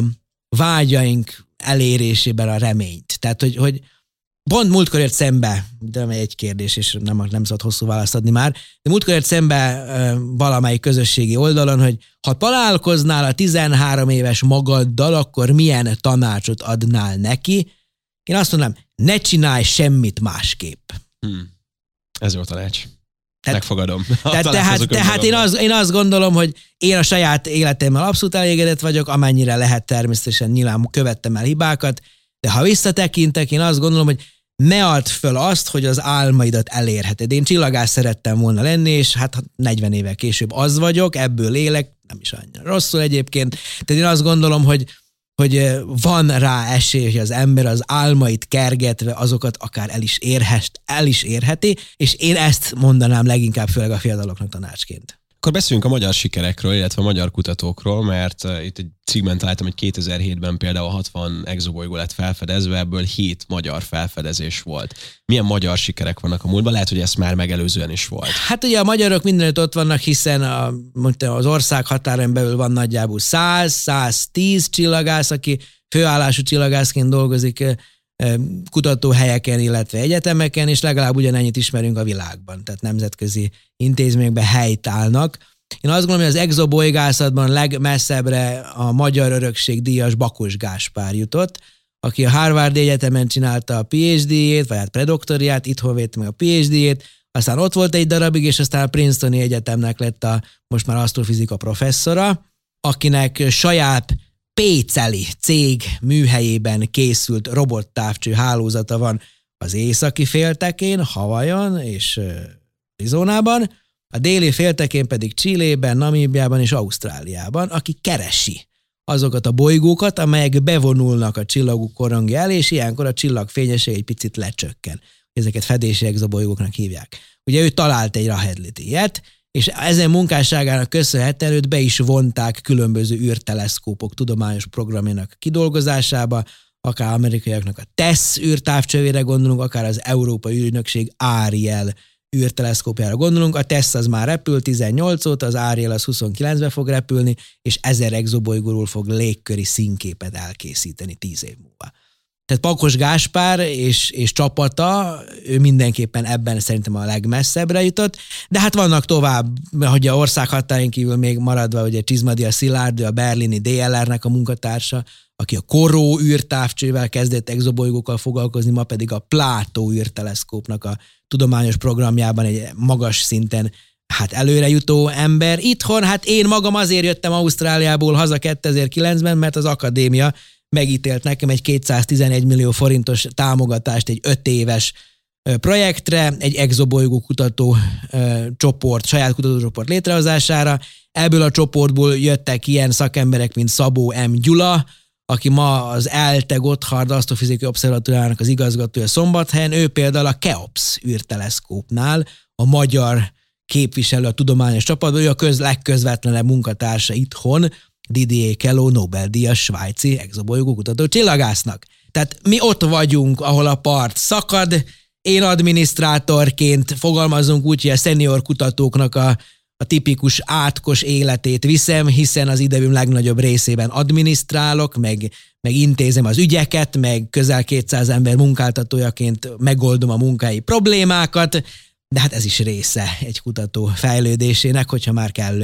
vágyaink elérésében a reményt. Tehát, hogy, hogy pont múltkor ért szembe, de egy kérdés, és nem, nem szabad hosszú választ adni már, de múltkor ért szembe valamelyik közösségi oldalon, hogy ha találkoznál a tizenhárom éves magaddal, akkor milyen tanácsot adnál neki? Én azt mondom, ne csinálj semmit másképp. Hmm. Ez jó tanács. Tehát, Megfogadom. Tehát, tehát, tehát én, az, én azt gondolom, hogy én a saját életemmel abszolút elégedett vagyok, amennyire lehet természetesen nyilván követtem el hibákat, de ha visszatekintek, én azt gondolom, hogy ne add föl azt, hogy az álmaidat elérheted. Én csillagász szerettem volna lenni, és hát negyven évvel később az vagyok, ebből élek, nem is annyira rosszul egyébként. Tehát én azt gondolom, hogy, hogy van rá esély, hogy az ember az álmait kergetve azokat akár el is, érhet, el is érheti, és én ezt mondanám leginkább főleg a fiataloknak tanácsként. Akkor beszéljünk a magyar sikerekről, illetve a magyar kutatókról, mert uh, itt egy cikkben találtam, hogy kétezer-hétben például hatvan exobolygó lett felfedezve, ebből hét magyar felfedezés volt. Milyen magyar sikerek vannak a múltban? Lehet, hogy ezt már megelőzően is volt. Hát ugye a magyarok mindenütt ott vannak, hiszen a, az ország határon belül van nagyjából száz-száztíz csillagász, aki főállású csillagászként dolgozik kutatóhelyeken, illetve egyetemeken, és legalább ugyanennyit ismerünk a világban, tehát nemzetközi intézményekben helyt állnak. Én azt gondolom, hogy az exobolygászatban legmesszebbre a Magyar Örökség díjas Bakos Gáspár jutott, aki a Harvard Egyetemen csinálta a PhD-jét, vagy hát predoktoriát, itthon védte meg a PhD-jét, aztán ott volt egy darabig, és aztán a Princetoni Egyetemnek lett a most már asztrofizika professzora, akinek saját Péceli cég műhelyében készült robottávcső hálózata van az északi féltekén, Hawaiion és Arizonában, a déli féltekén pedig Chilében, Namíbiában és Ausztráliában, aki keresi azokat a bolygókat, amelyek bevonulnak a csillaguk korongja elé, és ilyenkor a csillag fényesség egy picit lecsökken. Ezeket fedési exobolygóknak hívják. Ugye ő talált egy Rahedlit ilyet, és ezen munkásságának köszönhetően őt be is vonták különböző űrteleszkópok tudományos programjának kidolgozásába, akár amerikaiaknak a TESS űrtávcsövére gondolunk, akár az Európai űrügynökség Ariel űrteleszkópjára gondolunk. A TESS az már repül tizennyolc óta, az Ariel az huszonkilencben fog repülni, és ezer exobolygóról fog légköri színképet elkészíteni tíz év múlva. Tehát Bakos Gáspár és, és csapata, ő mindenképpen ebben szerintem a legmesszebbre jutott, de hát vannak tovább, hogy a ország határain kívül még maradva, ugye Csizmadia Szilárd, a berlini dé el er-nek a munkatársa, aki a Koró űrtávcsővel kezdett exobolygókkal foglalkozni, ma pedig a Plátó űrteleszkópnak a tudományos programjában egy magas szinten hát előrejutó ember. Itthon, hát én magam azért jöttem Ausztráliából haza kétezer-kilencben, mert az akadémia megítélt nekem egy kétszáztizenegy millió forintos támogatást egy öt éves projektre, egy exobolygó kutató csoport, saját kutatócsoport létrehozására. Ebből a csoportból jöttek ilyen szakemberek, mint Szabó M. Gyula, aki ma az ELTE Gotthard Asztrofizikai Obszervatóriának az igazgatója Szombathelyen. Ő például a KEOPS űrteleszkópnál a magyar képviselő a tudományos csapatban, ő a köz, legközvetlenebb munkatársa itthon, Didier Queloz Nobel-díjas svájci exobolygó kutató csillagásznak. Tehát mi ott vagyunk, ahol a part szakad, én adminisztrátorként fogalmazunk úgy, hogy a szenior kutatóknak a, a tipikus átkos életét viszem, hiszen az idejüm legnagyobb részében adminisztrálok, meg, meg intézem az ügyeket, meg közel kétszáz ember munkáltatójaként megoldom a munkai problémákat, de hát ez is része egy kutató fejlődésének, hogyha már kellően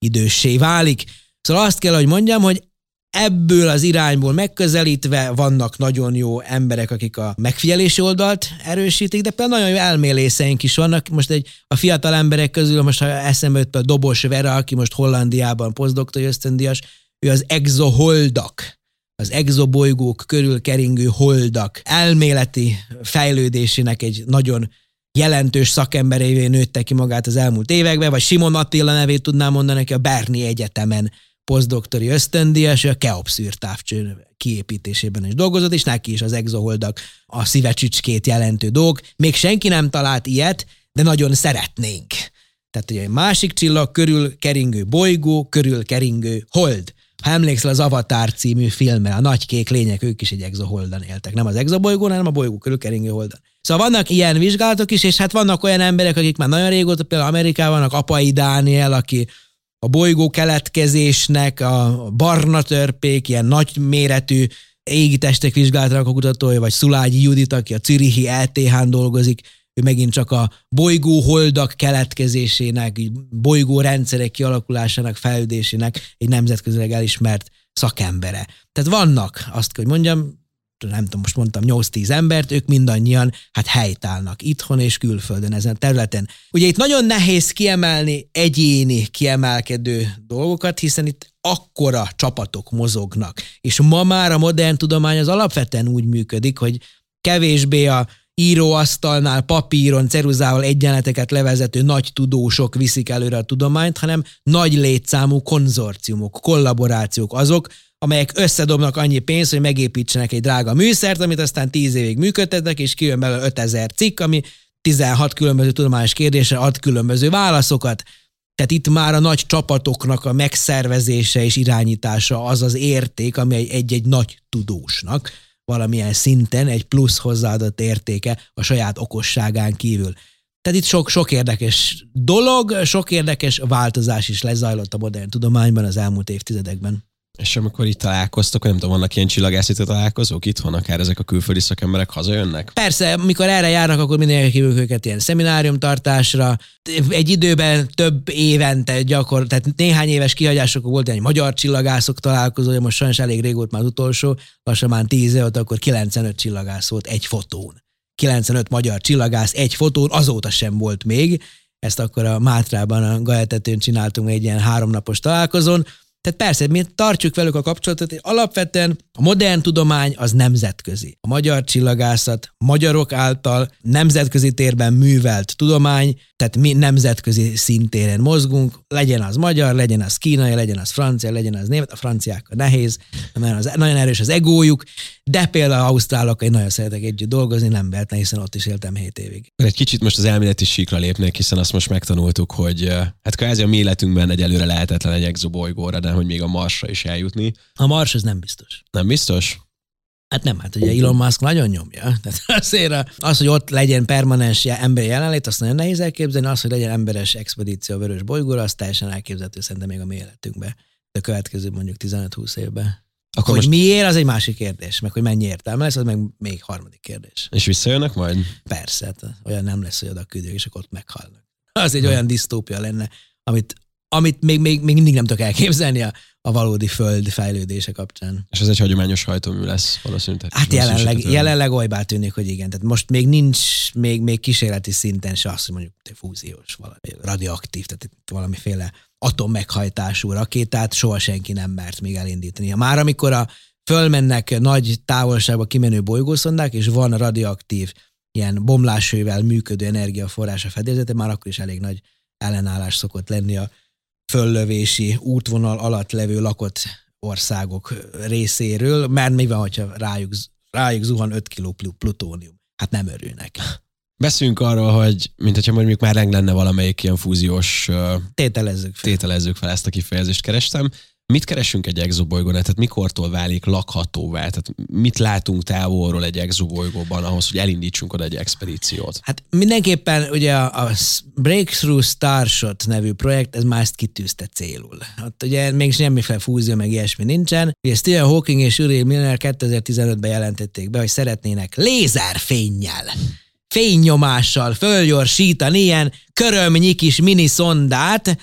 időssé válik. Szóval azt kell, hogy mondjam, hogy ebből az irányból megközelítve vannak nagyon jó emberek, akik a megfigyelési oldalt erősítik, de például nagyon jó elmélészeink is vannak. Most egy, a fiatal emberek közül, most ha eszembe jött például Dobos Vera, aki most Hollandiában posztdoktori ösztöndíjas, ő az exoholdak, az exobolygók körül keringő holdak elméleti fejlődésének egy nagyon jelentős szakemberévé nőtte ki magát az elmúlt években, vagy Simon Attila nevét tudnám mondani, aki a Berni Egyetemen posztdoktori ösztöndíjas, a Keops űrtávcső kiépítésében is dolgozott, és neki is az exoholdak a szívecsücskét jelentő dolgok. Még senki nem talált ilyet, de nagyon szeretnénk. Tehát ugye egy másik csillag körül keringő bolygó, körül keringő hold. Ha emlékszel az Avatar című filmre, a nagy kék lények, ők is egy exoholdan éltek. Nem az exobolygón, hanem a bolygó körül keringő holdon. Szóval vannak ilyen vizsgálatok is, és hát vannak olyan emberek, akik már nagyon régóta, például Amerikában vannak Apai Dániel, aki a bolygó keletkezésnek, a barna törpék, ilyen nagy méretű égitestek vizsgálatának a kutatója, vagy Szulágyi Judit, aki a Zürichi é té hán dolgozik, ő megint csak a bolygóholdak keletkezésének, bolygórendszerek kialakulásának, fejlődésének egy nemzetközileg elismert szakembere. Tehát vannak, azt kell, hogy mondjam, nem tudom, most mondtam nyolc-tíz embert, ők mindannyian hát helytállnak itthon és külföldön ezen a területen. Ugye itt nagyon nehéz kiemelni egyéni, kiemelkedő dolgokat, hiszen itt akkora csapatok mozognak. És ma már a modern tudomány az alapvetően úgy működik, hogy kevésbé a íróasztalnál, papíron, ceruzával egyenleteket levezető nagy tudósok viszik előre a tudományt, hanem nagy létszámú konzorciumok, kollaborációk azok, amelyek összedobnak annyi pénzt, hogy megépítsenek egy drága műszert, amit aztán tíz évig működtetnek, és kijön belőle ötezer cikk, ami tizenhat különböző tudományos kérdésre ad különböző válaszokat. Tehát itt már a nagy csapatoknak a megszervezése és irányítása az az érték, ami egy-egy nagy tudósnak valamilyen szinten egy plusz hozzáadott értéke a saját okosságán kívül. Tehát itt sok, sok érdekes dolog, sok érdekes változás is lezajlott a modern tudományban az elmúlt évtizedekben. És amikor itt találkoztok, nem tudom, vannak ilyen csillagászati találkozók itthon, akár ezek a külföldi szakemberek hazajönnek? Persze, mikor erre járnak, akkor mindenki hívjuk őket ilyen szemináriumtartásra. Egy időben több évente gyakor, tehát néhány éves kihagyások volt egy magyar csillagászok találkozója, most sajnos elég rég volt már az utolsó, lassan már tíz év, akkor kilencvenöt csillagász volt egy fotón. kilencvenöt magyar csillagász egy fotón, azóta sem volt még. Ezt akkor a Mátrában, a Galyatetőn csináltunk egy ilyen háromnapos találkozón. Tehát persze, mi tartjuk velük a kapcsolatot, és alapvetően a modern tudomány az nemzetközi. A magyar csillagászat magyarok által nemzetközi térben művelt tudomány, tehát mi nemzetközi szintéren mozgunk, legyen az magyar, legyen az kínai, legyen az francia, legyen az német, a franciákkal nehéz, mert az, nagyon erős az egójuk, de például ausztrálokkal nagyon szeretek együtt dolgozni, nem vehetne, hiszen ott is éltem hét évig. Egy kicsit most az elméleti síkra lépnék, hiszen azt most megtanultuk, hogy hát kvázi a mi életünkben egyelőre lehetetlen egy exobolygóra, de hogy még a Marsra is eljutni. A Mars az nem biztos. Nem biztos? Hát nem, hát ugye Elon Musk nagyon nyomja. Tehát azért az, hogy ott legyen permanens emberi jelenlét, azt nagyon nehéz elképzelni, az, hogy legyen emberes expedíció a Vörös bolygóra, az teljesen elképzelhető szerintem még a mi életünkbe. De a következő mondjuk tizenöt-húsz évben. Akkor hogy most... miért, az egy másik kérdés, meg hogy mennyi értelme lesz, az meg még harmadik kérdés. És visszajönnek majd? Persze, hát olyan nem lesz, hogy oda küldjük, és akkor ott meghalnak. Az egy hmm. olyan disztópia lenne, amit, amit még, még, még mindig nem tudok elképzelni a, a valódi föld fejlődése kapcsán. És ez egy hagyományos hajtómű lesz valószínűleg. Hát jelenleg, jelenleg olybá tűnik, hogy igen. Tehát most még nincs, még, még kísérleti szinten se az, hogy mondjuk fúziós, valami radioaktív, tehát valamiféle atommeghajtású rakétát soha senki nem mert még elindítani. Már amikor a fölmennek nagy távolságba kimenő bolygószondák, és van radioaktív, ilyen bomláshővel működő energiaforrás a fedélzete, már akkor is elég nagy ellenállás szokott lenni a föllövési útvonal alatt levő lakott országok részéről, mert mi van, hogyha rájuk, rájuk zuhan öt kiló plutónium? Hát nem örülnek. Beszéljünk arról, hogy mint hogyha mondjuk már reng lenne valamelyik ilyen fúziós... Tételezzük fel. Tételezzük fel, ezt a kifejezést kerestem. Mit keresünk egy exobolygón? Tehát mikortól válik lakhatóvá? Tehát mit látunk távolról egy exobolygóban ahhoz, hogy elindítsunk oda egy expedíciót? Hát mindenképpen ugye a, a Breakthrough Starshot nevű projekt, ez már ezt kitűzte célul. Ott ugye még semmiféle fúzió, meg ilyesmi nincsen. Ugye Stephen Hawking és Uri Milner kétezer-tizenötben jelentették be, hogy szeretnének lézerfénnyel, fénynyomással fölgyorsítani ilyen körömnyi kis mini szondát,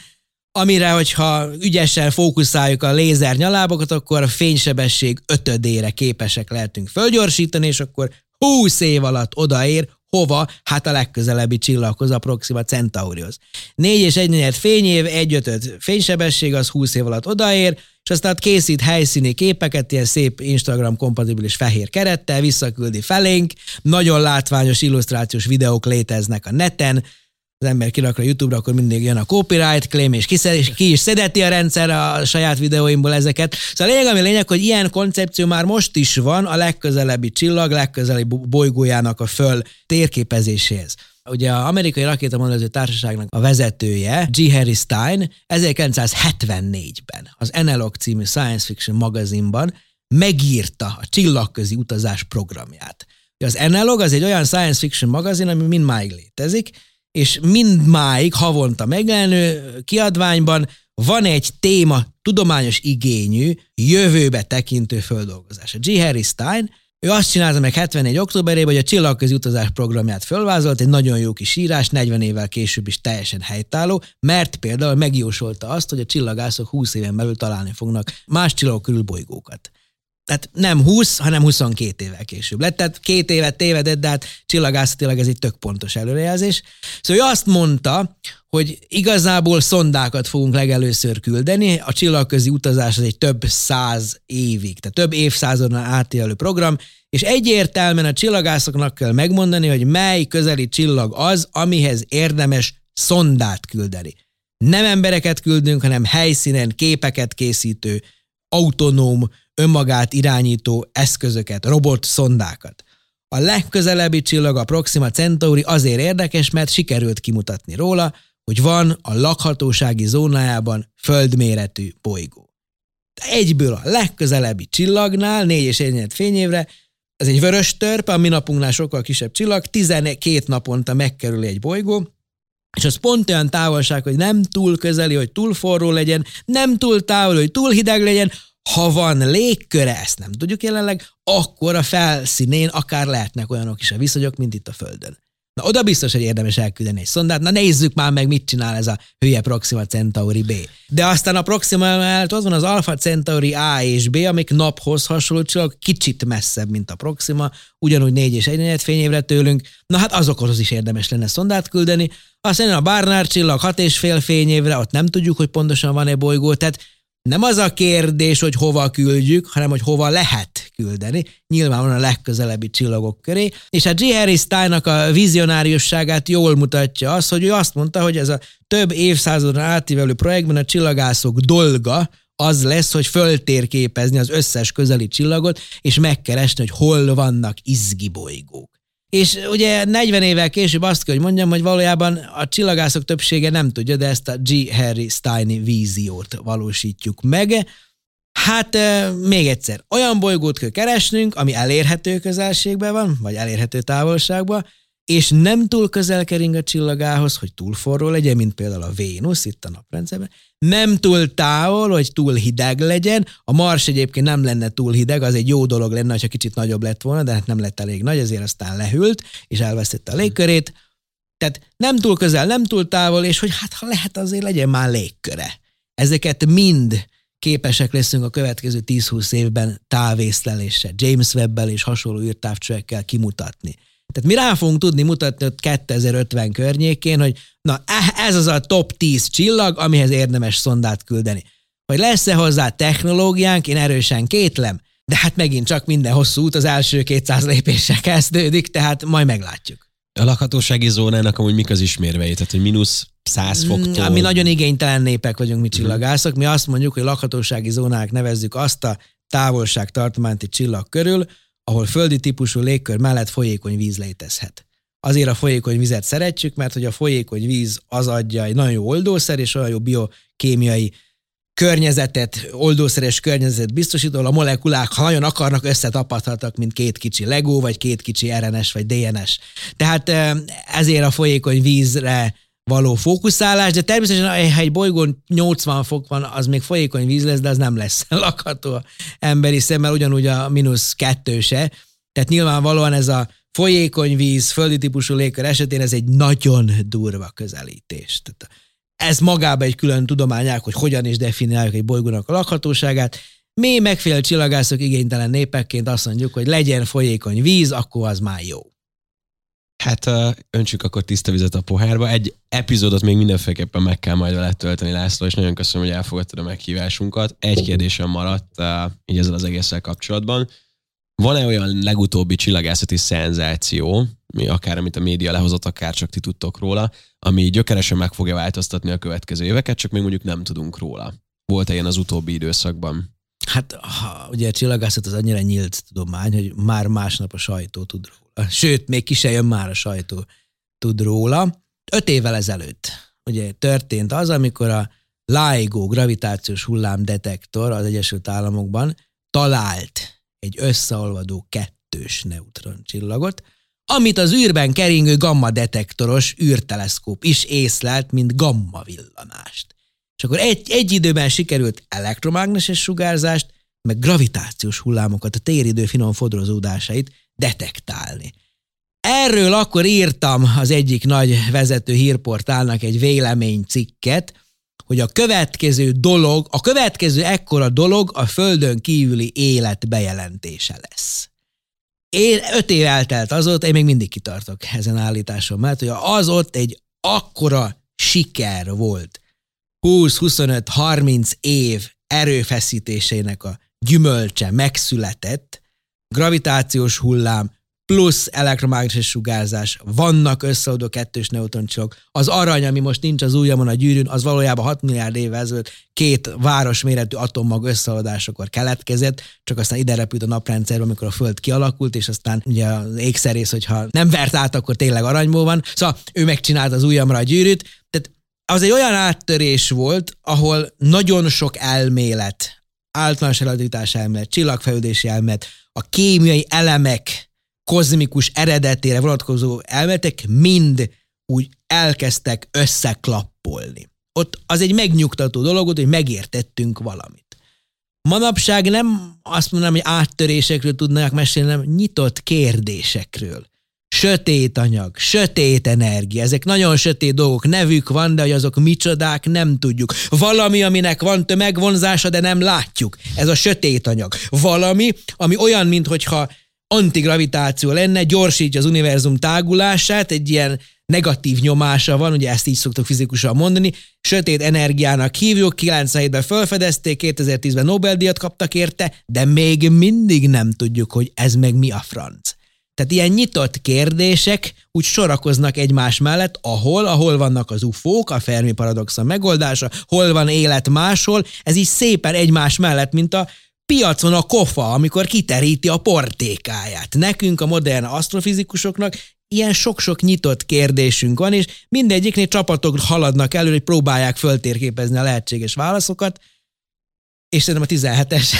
amire, hogyha ügyesen fókuszáljuk a lézer nyalábokat, akkor a fénysebesség ötödére képesek lehetünk fölgyorsítani, és akkor húsz év alatt odaér, hova? Hát a legközelebbi csillaghoz, a Proxima Centaurihoz. négy és egy negyed fényév, egy ötöd fénysebesség, az húsz év alatt odaér, és aztán készít helyszíni képeket, ilyen szép Instagram-kompatibilis fehér kerettel, visszaküldi felénk, nagyon látványos illusztrációs videók léteznek a neten, az ember kirakra YouTube-ra, akkor mindig jön a copyright claim, és ki, és ki is szedeti a rendszer a saját videóimból ezeket. Szóval lényeg, ami lényeg, hogy ilyen koncepció már most is van a legközelebbi csillag, legközelebbi bolygójának a föl térképezéséhez. Ugye az amerikai rakétamodellező társaságnak a vezetője, G. Harry Stine ezerkilencszázhetvennégyben az Analog című science fiction magazinban megírta a csillagközi utazás programját. Az Analog az egy olyan science fiction magazin, ami mindmáig létezik, és mindmáig havonta megjelenő kiadványban van egy téma, tudományos igényű, jövőbe tekintő földolgozás. A G. Harry Stine, ő azt csinálta meg hetvennégy októberében, hogy a csillagközi utazás programját fölvázolt, egy nagyon jó kis írás, negyven évvel később is teljesen helytálló, mert például megjósolta azt, hogy a csillagászok húsz éven belül találni fognak más csillagok körül bolygókat. Tehát nem húsz, hanem huszonkét évvel később lett. Tehát két évet tévedett, de hát csillagászatilag ez egy tök pontos előrejelzés. Szóval ő azt mondta, hogy igazából szondákat fogunk legelőször küldeni, a csillagközi utazás az egy több száz évig, tehát több évszázadon átélő program, és egyértelműen a csillagászoknak kell megmondani, hogy mely közeli csillag az, amihez érdemes szondát küldeni. Nem embereket küldünk, hanem helyszínen képeket készítő, autonóm, önmagát irányító eszközöket, robot szondákat. A legközelebbi csillag, a Proxima Centauri azért érdekes, mert sikerült kimutatni róla, hogy van a lakhatósági zónájában földméretű bolygó. Egyből a legközelebbi csillagnál, négy és egy negyed fényévre, ez egy vörös törpe, a mi napunknál sokkal kisebb csillag, tizenkét naponta megkerül egy bolygó, és az pont olyan távolság, hogy nem túl közeli, hogy túl forró legyen, nem túl távol, hogy túl hideg legyen. Ha van légköre, ezt nem tudjuk jelenleg, akkor a felszínén akár lehetnek olyanok is a viszonyok, mint itt a Földön. Na oda biztos, hogy érdemes elküldeni egy szondát, na nézzük már meg, mit csinál ez a hülye Proxima Centauri B. De aztán a Proxima mellett ott van az Alpha Centauri A és B, amik naphoz hasonló csillag, kicsit messzebb, mint a Proxima, ugyanúgy négy és egy negyed fényévre tőlünk, na hát azokhoz is érdemes lenne szondát küldeni. Aztán a Barnard csillag hat és fél fényévre, ott nem tudjuk, hogy pontosan van-e bolygó, tehát nem az a kérdés, hogy hova küldjük, hanem hogy hova lehet küldeni. Nyilván van a legközelebbi csillagok köré. És a G. Harry Stine-nak a vizionáriusságát jól mutatja az, hogy ő azt mondta, hogy ez a több évszázadon átívelő projektben a csillagászok dolga az lesz, hogy föltérképezni az összes közeli csillagot, és megkeresni, hogy hol vannak izgi bolygók. És ugye negyven évvel később azt kell, hogy mondjam, hogy valójában a csillagászok többsége nem tudja, de ezt a G. Harry Stine víziót valósítjuk meg. Hát még egyszer, olyan bolygót kell keresnünk, ami elérhető közelségben van, vagy elérhető távolságban, és nem túl közel kering a csillagához, hogy túl forró legyen, mint például a Vénusz itt a naprendszerben, nem túl távol, hogy túl hideg legyen, a Mars egyébként nem lenne túl hideg, az egy jó dolog lenne, ha kicsit nagyobb lett volna, de hát nem lett elég nagy, ezért aztán lehűlt, és elvesztette a légkörét. Tehát nem túl közel, nem túl távol, és hogy hát ha lehet, azért legyen már légköre. Ezeket mind képesek leszünk a következő tíz-húsz évben távészleléssel, James Webb-bel és hasonló űrtávcsövekkel kimutatni. Tehát mi rá fogunk tudni mutatni ott kétezer-ötven környékén, hogy na ez az a top tíz csillag, amihez érdemes szondát küldeni. Hogy lesz-e hozzá technológiánk, én erősen kétlem, de hát megint csak minden hosszú út az első kétszáz lépéssel kezdődik, tehát majd meglátjuk. A lakhatósági zónának amúgy mik az ismérvei? Tehát, hogy mínusz száz foktól... Mi nagyon igénytelen népek vagyunk, mi csillagászok. Mi azt mondjuk, hogy lakhatósági zónának nevezzük azt a távolságtartományt egy csillag körül, ahol földi típusú légkör mellett folyékony víz létezhet. Azért a folyékony vizet szeretjük, mert hogy a folyékony víz az adja egy nagyon jó oldószer, és olyan jó biokémiai környezetet, oldószeres környezetet biztosít, ahol a molekulák, ha nagyon akarnak, összetapadhatnak, mint két kicsi Lego, vagy két kicsi er en es, vagy dé en es. Tehát ezért a folyékony vízre való fókuszálás, de természetesen, ha egy bolygón nyolcvan fok van, az még folyékony víz lesz, de az nem lesz lakható emberi szemmel, ugyanúgy a mínusz kettő se. Tehát nyilvánvalóan ez a folyékony víz, földi típusú légkör esetén ez egy nagyon durva közelítés. Tehát ez magába egy külön tudományák, hogy hogyan is definiáljuk egy bolygónak a lakhatóságát. Mi megfél csillagászok igénytelen népekként azt mondjuk, hogy legyen folyékony víz, akkor az már jó. Hát öntsük akkor tiszta vizet a pohárba. Egy epizódot még mindenféleképpen meg kell majd vele tölteni, László, és nagyon köszönöm, hogy elfogadtad a meghívásunkat. Egy kérdésem maradt így ezzel az egésszel kapcsolatban. Van-e olyan legutóbbi csillagászati szenzáció, mi akár amit a média lehozott, akár csak ti tudtok róla, ami gyökeresen meg fogja változtatni a következő éveket, csak még mondjuk nem tudunk róla? Volt-e ilyen az utóbbi időszakban? Hát ha, ugye a csillagászat az annyira nyílt tudomány, hogy már másnap a sajtó tud róla. Sőt, még ki se jön, már a sajtó tud róla. Öt évvel ezelőtt ugye történt az, amikor a LIGO gravitációs hullámdetektor az Egyesült Államokban talált egy összeolvadó kettős neutroncsillagot, amit az űrben keringő gamma detektoros űrteleszkóp is észlelt, mint gamma villanást. És akkor egy, egy időben sikerült elektromágneses sugárzást, meg gravitációs hullámokat, a téridő finom fodrozódásait detektálni. Erről akkor írtam az egyik nagy vezető hírportálnak egy véleménycikket, hogy a következő dolog, a következő ekkora dolog a Földön kívüli élet bejelentése lesz. Én öt év eltelt azóta, én még mindig kitartok ezen állításom, mert hogy az ott egy akkora siker volt, húsz, huszonöt, harminc év erőfeszítésének a gyümölcse megszületett, gravitációs hullám plusz elektromágneses sugárzás, vannak összeoldó kettős neutroncsillagok. Az arany, ami most nincs az ujjamon a gyűrűn, az valójában hat milliárd évvel ezelőtt két városméretű atommag összeoldásakor keletkezett, csak aztán ide repült a naprendszerbe, amikor a Föld kialakult, és aztán ugye az ékszerész, hogyha nem vert át, akkor tényleg aranyból van. Szóval ő megcsinált az ujjamra a gyűrűt. Tehát az egy olyan áttörés volt, ahol nagyon sok elmélet, általános relativitás elmélet, csillagfejlődési elmélet, a kémiai elemek kozmikus eredetére vonatkozó elméletek mind úgy elkezdtek összeklappolni. Ott az egy megnyugtató dolog volt, hogy megértettünk valamit. Manapság nem azt mondanám, hogy áttörésekről tudnak mesélni, hanem nyitott kérdésekről. Sötét anyag, sötét energia, ezek nagyon sötét dolgok, nevük van, de hogy azok micsodák, nem tudjuk. Valami, aminek van tömegvonzása, de nem látjuk. Ez a sötét anyag. Valami, ami olyan, minthogyha antigravitáció lenne, gyorsítja az univerzum tágulását, egy ilyen negatív nyomása van, ugye ezt így szoktuk fizikusan mondani, sötét energiának hívjuk, kilencvenhétben felfedezték, kétezer-tízben Nobel-díjat kaptak érte, de még mindig nem tudjuk, hogy ez meg mi a franc. Tehát ilyen nyitott kérdések úgy sorakoznak egymás mellett, ahol, ahol vannak az ufók, a Fermi paradoxon megoldása, hol van élet máshol, ez így szépen egymás mellett, mint a piacon a kofa, amikor kiteríti a portékáját. Nekünk, a modern asztrofizikusoknak ilyen sok-sok nyitott kérdésünk van, és mindegyiknél csapatok haladnak elő, hogy próbálják föltérképezni a lehetséges válaszokat, és szerintem a tizenhetes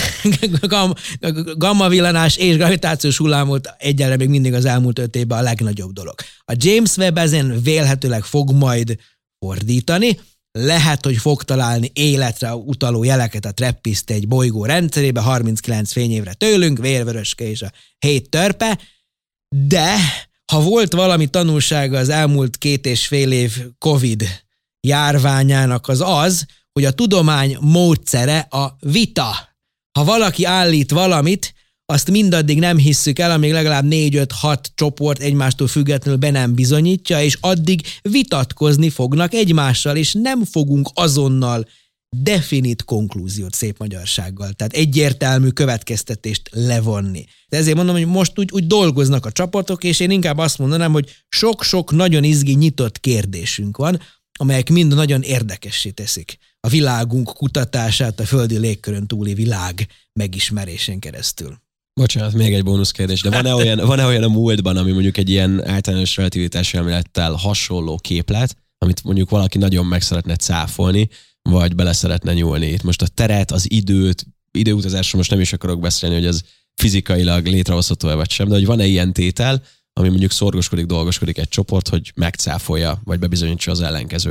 gamma villanás és gravitációs hullámot egyelőre még mindig az elmúlt öt évben a legnagyobb dolog. A James Webb ezen vélhetőleg fog majd fordítani, lehet, hogy fog találni életre utaló jeleket a TRAPPIST egy bolygó rendszerébe, harminckilenc fényévre tőlünk, vérvöröske és a hét törpe, de ha volt valami tanulsága az elmúlt két és fél év Covid járványának, az az, hogy a tudomány módszere a vita. Ha valaki állít valamit, azt mindaddig nem hisszük el, amíg legalább négy-öt-hat csoport egymástól függetlenül be nem bizonyítja, és addig vitatkozni fognak egymással, és nem fogunk azonnal definit konklúziót szép magyarsággal, tehát egyértelmű következtetést levonni. De ezért mondom, hogy most úgy, úgy dolgoznak a csapatok, és én inkább azt mondanám, hogy sok-sok nagyon izgi nyitott kérdésünk van, amelyek mind nagyon érdekessé teszik a világunk kutatását a földi légkörön túli világ megismerésén keresztül. Bocsánat, még egy bónusz kérdés, de van-e olyan, van-e olyan a múltban, ami mondjuk egy ilyen általános relativitás elmélettel hasonló képlet, amit mondjuk valaki nagyon meg szeretne cáfolni, vagy bele szeretne nyúlni? Itt most a teret, az időt, időutazásról most nem is akarok beszélni, hogy ez fizikailag létrehozható-e vagy sem, de hogy van-e ilyen tétel, ami mondjuk szorgoskodik, dolgoskodik egy csoport, hogy megcáfolja, vagy bebizonyítsa az ellenkezőjét?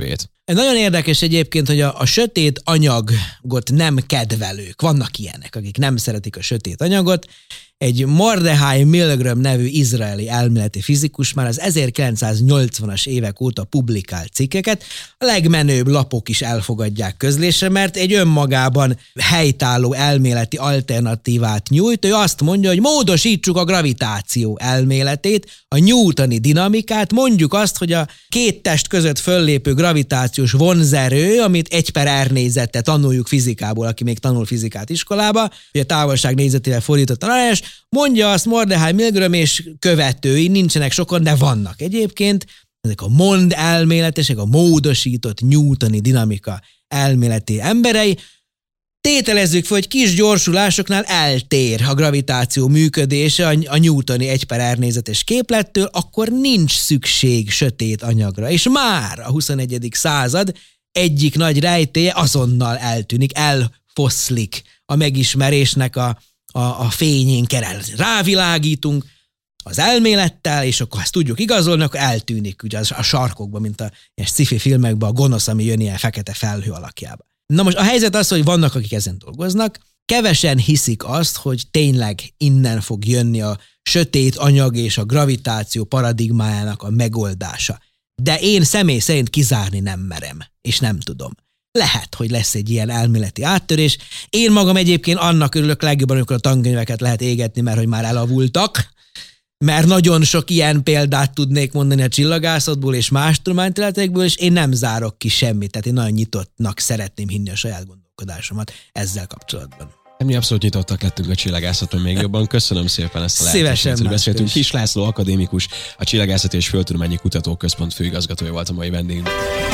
Nagyon érdekes egyébként, hogy a, a sötét anyagot nem kedvelők, vannak ilyenek, akik nem szeretik a sötét anyagot. Egy Mordechai Milgram nevű izraeli elméleti fizikus már az ezerkilencszáznyolcvanas évek óta publikált cikkeket, a legmenőbb lapok is elfogadják közlésre, mert egy önmagában helytálló elméleti alternatívát nyújt. Ő azt mondja, hogy módosítsuk a gravitáció elméletét, a newtoni dinamikát, mondjuk azt, hogy a két test között föllépő gravitációs vonzerő, amit egy per R négyzettel tanuljuk fizikából, aki még tanul fizikát iskolába, hogy a távolság négyzetével fordított arányos, mondja azt Mordechai Milgram és követői, nincsenek sokan, de vannak egyébként, ezek a mond elméletesek, a módosított newtoni dinamika elméleti emberei. Tételezzük fel, hogy kis gyorsulásoknál eltér a gravitáció működése a newtoni egy per R négyzetes képlettől, akkor nincs szükség sötét anyagra. És már a huszonegyedik század egyik nagy rejtélye azonnal eltűnik, elfoszlik a megismerésnek a A, a fényén keresztül. Rávilágítunk az elmélettel, és akkor ezt tudjuk igazolni, akkor eltűnik ugye a sarkokban, mint a ilyen sci-fi filmekben a gonosz, ami jön ilyen fekete felhő alakjába. Na most a helyzet az, hogy vannak, akik ezen dolgoznak, kevesen hiszik azt, hogy tényleg innen fog jönni a sötét anyag és a gravitáció paradigmájának a megoldása. De én személy szerint kizárni nem merem, és nem tudom. Lehet, hogy lesz egy ilyen elméleti áttörés. Én magam egyébként annak örülök legjobban, amikor a tankönyveket lehet égetni, mert hogy már elavultak, mert nagyon sok ilyen példát tudnék mondani a csillagászatból és más tudományterületekből, és én nem zárok ki semmit, tehát én nagyon nyitottnak szeretném hinni a saját gondolkodásomat ezzel kapcsolatban. Mi abszolút nyitottak lettünk a csillagászatban még jobban. Köszönöm szépen ezt a lehetőséget, hogy beszéltünk. Kiss László akadémikus, a Csillagászati és Földtudományi Kutatóközpont főigazgatója volt a mai vendégünk.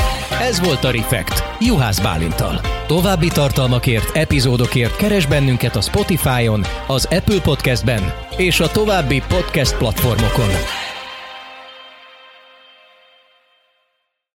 Ez volt a Refekt Juhász Bálinttal. További tartalmakért, epizódokért keresd bennünket a Spotify-on, az Apple Podcastben és a további podcast platformokon.